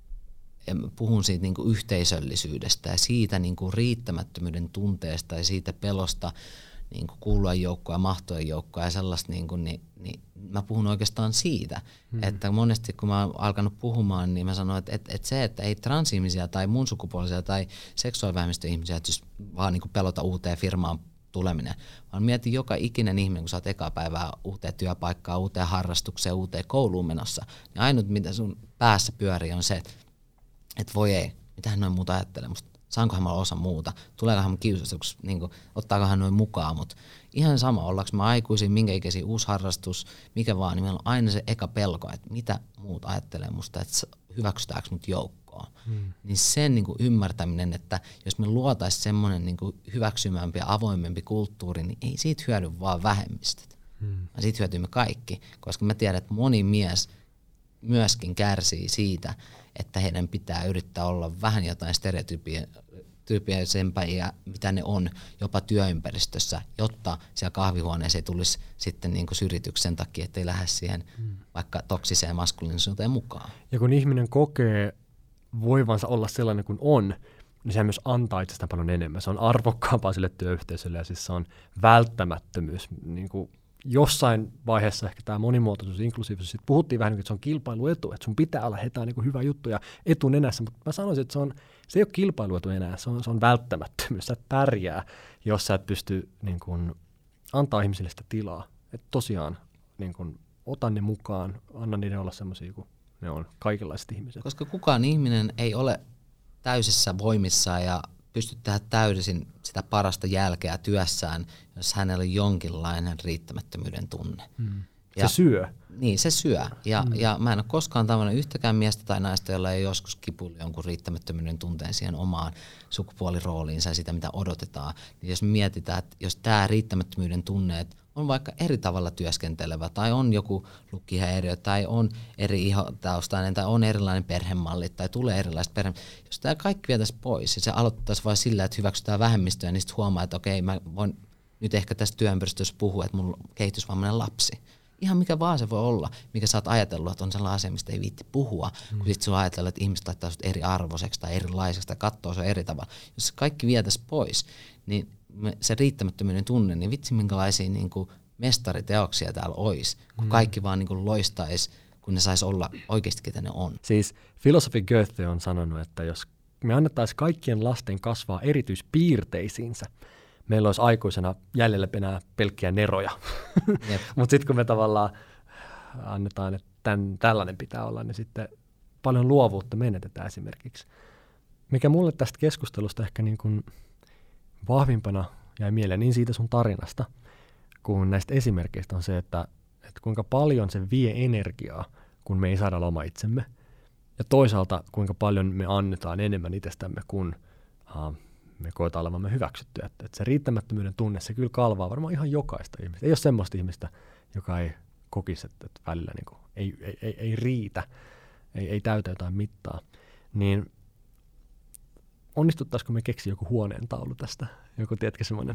puhun siitä niin kun yhteisöllisyydestä ja siitä niin kun riittämättömyyden tunteesta ja siitä pelosta, niin kuin kuulua joukkoa ja mahtojen joukkoa ja sellaista, niin, kuin, niin, niin mä puhun oikeastaan siitä, hmm. että monesti kun mä oon alkanut puhumaan, niin mä sanon, että, että, että se, että ei transihmisiä tai muun sukupuolisia tai seksuaalivähemmistöihmisiä, että jos vaan niin kuin pelota uuteen firmaan tuleminen, vaan mietin joka ikinen ihminen, kun sä oot eka päivää uuteen työpaikkaan, uuteen harrastukseen, uuteen kouluun menossa, niin ainut mitä sun päässä pyörii on se, että, että voi ei, mitähän noin muuta ajattelee musta. Saankohan mä osa muuta, tuleekohan mä kiusatuksi, niin kuin, ottaakohan noin mukaan, mutta ihan sama, ollaanko mä aikuisia, minkä ikäisiä, uusi harrastus, mikä vaan, niin meillä on aina se eka pelko, että mitä muut ajattelee musta, että hyväksytäänkö mut joukkoon. Hmm. Niin sen niin kuin ymmärtäminen, että jos me luotaisiin semmoinen niin kuin hyväksymämpi ja avoimempi kulttuuri, niin ei siitä hyödy vaan vähemmistöt, hmm. vaan siitä hyötyy me kaikki, koska mä tiedän, että moni mies myöskin kärsii siitä, että heidän pitää yrittää olla vähän jotain stereotyyppisempää, mitä ne on jopa työympäristössä, jotta siellä kahvihuoneessa ei tulisi sitten niin kuin syrjityksen sen takia, ettei lähde siihen hmm. vaikka toksiseen maskuliinisuuteen mukaan. Ja kun ihminen kokee voivansa olla sellainen kuin on, niin se myös antaa itsestään paljon enemmän. Se on arvokkaampaa sille työyhteisölle ja siis se on välttämättömyys. Niin kuin jossain vaiheessa ehkä tämä monimuotoisuus, inklusiivisuus, sitten puhuttiin vähän, että se on kilpailuetu, että sun pitää olla hetään niin kuin hyvä juttu ja etunenässä, mutta mä sanoisin, että se, on, se ei ole kilpailuetu enää, se on, se on välttämättömyys. Sä et pärjää, jos sä et pysty niin kuin, antaa ihmisille sitä tilaa. Että tosiaan niin kun, ota ne mukaan, anna niiden olla semmoisia kuin ne on, kaikenlaiset ihmiset. Koska kukaan ihminen ei ole täysissä voimissaan ja pysty tehdä täysin sitä parasta jälkeä työssään, jos hänellä on jonkinlainen riittämättömyyden tunne. Hmm. Ja, se syö. Niin, se syö. Ja, Hmm. ja mä en ole koskaan tavannut yhtäkään miestä tai naista, jolla ei joskus kipuillut jonkun riittämättömyyden tunteen siihen omaan sukupuolirooliinsa ja sitä, mitä odotetaan. Niin jos mietitään, että jos tämä riittämättömyyden tunne on vaikka eri tavalla työskentelevä tai on joku lukkihäiriö tai on eri ihotaustainen tai on erilainen perhemalli tai tulee erilaiset perhe. Jos tämä kaikki vietäisiin pois ja se aloittaisi vain sillä, että hyväksytään vähemmistöä, niin sitten huomaa, että okei, mä voin nyt ehkä tästä työympäristössä puhua, että mulla on kehitysvammainen lapsi. Ihan mikä vaan se voi olla, mikä sä oot ajatellut, että on sellainen asia, mistä ei viitti puhua, mm. kun sit sun ajatellut, että ihmiset laittaa sut eri arvoiseksi tai erilaiseksi tai katsoo se eri tavalla. Jos se kaikki vietäisi pois, niin se riittämättömyyden tunne, niin vitsi minkälaisia niin kuin mestariteoksia täällä olisi, kun mm. kaikki vaan niin kuin loistaisi, kun ne sais olla oikeasti ketä ne on. Siis filosofi Goethe on sanonut, että jos me annettaisiin kaikkien lasten kasvaa erityispiirteisiinsä, meillä olisi aikuisena jäljellä enää pelkkiä neroja. Mutta sitten kun me tavallaan annetaan, että tämän, tällainen pitää olla, niin sitten paljon luovuutta menetetään esimerkiksi. Mikä mulle tästä keskustelusta ehkä niin kuin vahvimpana jäi mieleen niin siitä sun tarinasta, kuin näistä esimerkkeistä on se, että, että kuinka paljon se vie energiaa, kun me ei saada olla oma itsemme. Ja toisaalta kuinka paljon me annetaan enemmän itsestämme, kun uh, me koetaan olevamme hyväksyttyä. Että, että se riittämättömyyden tunne, se kyllä kalvaa varmaan ihan jokaista ihmistä. Ei ole semmoista ihmistä, joka ei kokisi, että, että välillä niin kuin, ei, ei, ei, ei riitä, ei, ei täytä jotain mittaa. Niin onnistuttaisiko me keksiä joku huoneentaulu tästä? Joku, tiedätkö, semmoinen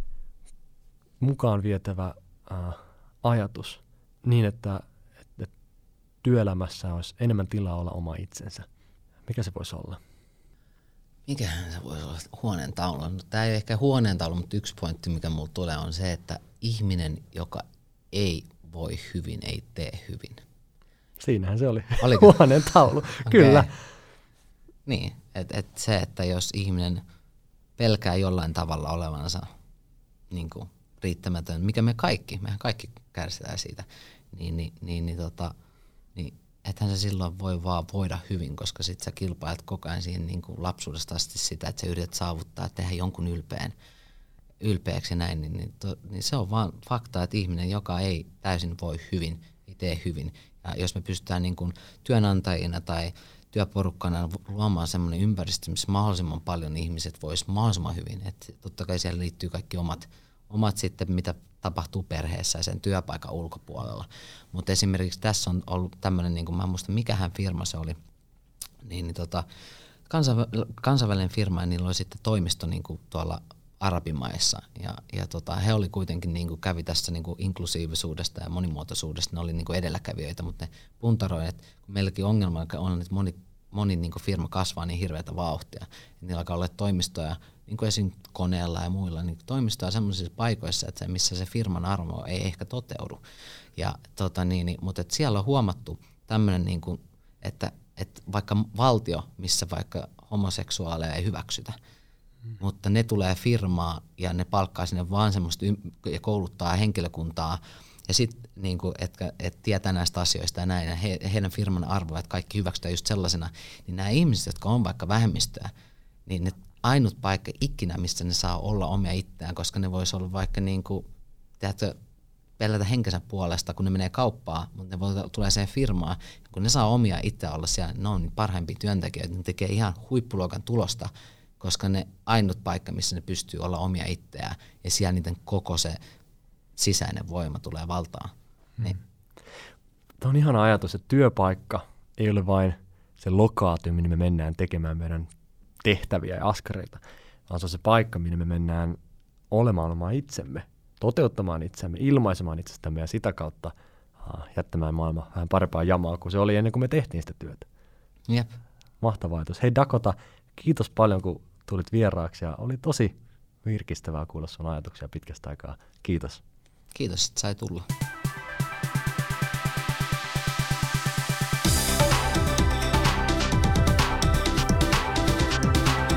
mukaan vietävä äh, ajatus niin, että, että, että työelämässä olisi enemmän tilaa olla oma itsensä. Mikä se voisi olla? Mikähän se voisi olla huoneentaulu? No, tämä ei ole ehkä huoneentaulu, mutta yksi pointti, mikä mulla tulee, on se, että ihminen, joka ei voi hyvin, ei tee hyvin. Siinähän se oli. Oliko? Huoneentaulu, okay. Kyllä. Niin, että et se, että jos ihminen pelkää jollain tavalla olevansa niin kuin riittämätön, mikä me kaikki, mehän kaikki kärsitään siitä, niin, niin, niin, niin, tota, niin ethän se silloin voi vaan voida hyvin, koska sit sä kilpailet koko ajan siihen niin kuin lapsuudesta asti sitä, että sä yrität saavuttaa, että tehdä jonkun ylpeän, ylpeäksi näin, niin, niin, to, niin se on vaan fakta, että ihminen, joka ei täysin voi hyvin, ei tee hyvin. Ja jos me pystytään niin kuin työnantajina tai työporukkana luomaan semmoinen ympäristö, missä mahdollisimman paljon ihmiset vois mahdollisimman hyvin. Et totta kai siellä liittyy kaikki omat, omat sitten, mitä tapahtuu perheessä ja sen työpaikan ulkopuolella. Mutta esimerkiksi tässä on ollut tämmöinen, niin kuin mä en muista mikähän firma se oli, niin, niin tota, kansainv- kansainvälinen firma ja niillä oli sitten toimisto niin kuin tuolla arabimaissa ja, ja tota, he oli kuitenkin niin kuin kävi tässä niin kuin inklusiivisuudesta ja monimuotoisuudesta, ne oli niin kuin edelläkävijöitä, mutta ne puntaroivat, että kun meilläkin ongelma on, että moni, moni niin kuin firma kasvaa niin hirveätä vauhtia, että niillä alkaa olla toimistoja, niin kuin esim. Koneella ja muilla, niin toimistoja sellaisissa paikoissa, että se, missä se firman arvo ei ehkä toteudu. Ja, tota, niin, niin, mutta et siellä on huomattu tämmöinen, niin kuin, että, että vaikka valtio, missä vaikka homoseksuaaleja ei hyväksytä, Mm. mutta ne tulee firmaa ja ne palkkaa sinne vaan semmoista ym- ja kouluttaa henkilökuntaa ja sitten niinku, että et tietää näistä asioista ja näin ja he, heidän firman arvoa, että kaikki hyväksytään just sellaisena, niin nämä ihmiset, jotka on vaikka vähemmistöä, niin ne ainut paikka ikinä, missä ne saa olla omia itseään, koska ne voisi olla vaikka niinku, tiedätkö, pelätä henkensä puolesta, kun ne menee kauppaan, mutta ne voi tulee siihen firmaan, ja kun ne saa omia itseään olla siellä, ne on parhaimpia työntekijöitä, ne tekee ihan huippuluokan tulosta, koska ne ainut paikka, missä ne pystyy olla omia itseään, ja siellä niiden koko se sisäinen voima tulee valtaan. Hmm. Niin. Tämä on ihana ajatus, että työpaikka ei ole vain se lokaatio, minne me mennään tekemään meidän tehtäviä ja askareita, vaan se on se paikka, minne me mennään olemaan oma itsemme, toteuttamaan itsemme, ilmaisemaan itsestämme ja sitä kautta uh, jättämään maailma vähän parempaa jamaa kuin se oli ennen kuin me tehtiin sitä työtä. Jep. Mahtava ajatus. Hei Dakota, kiitos paljon kun tulit vieraaksi ja oli tosi virkistävää kuulla sun ajatuksia pitkästä aikaa. Kiitos. Kiitos, että sai tulla.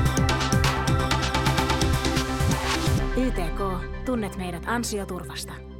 Y T K. Tunnet meidät ansioturvasta.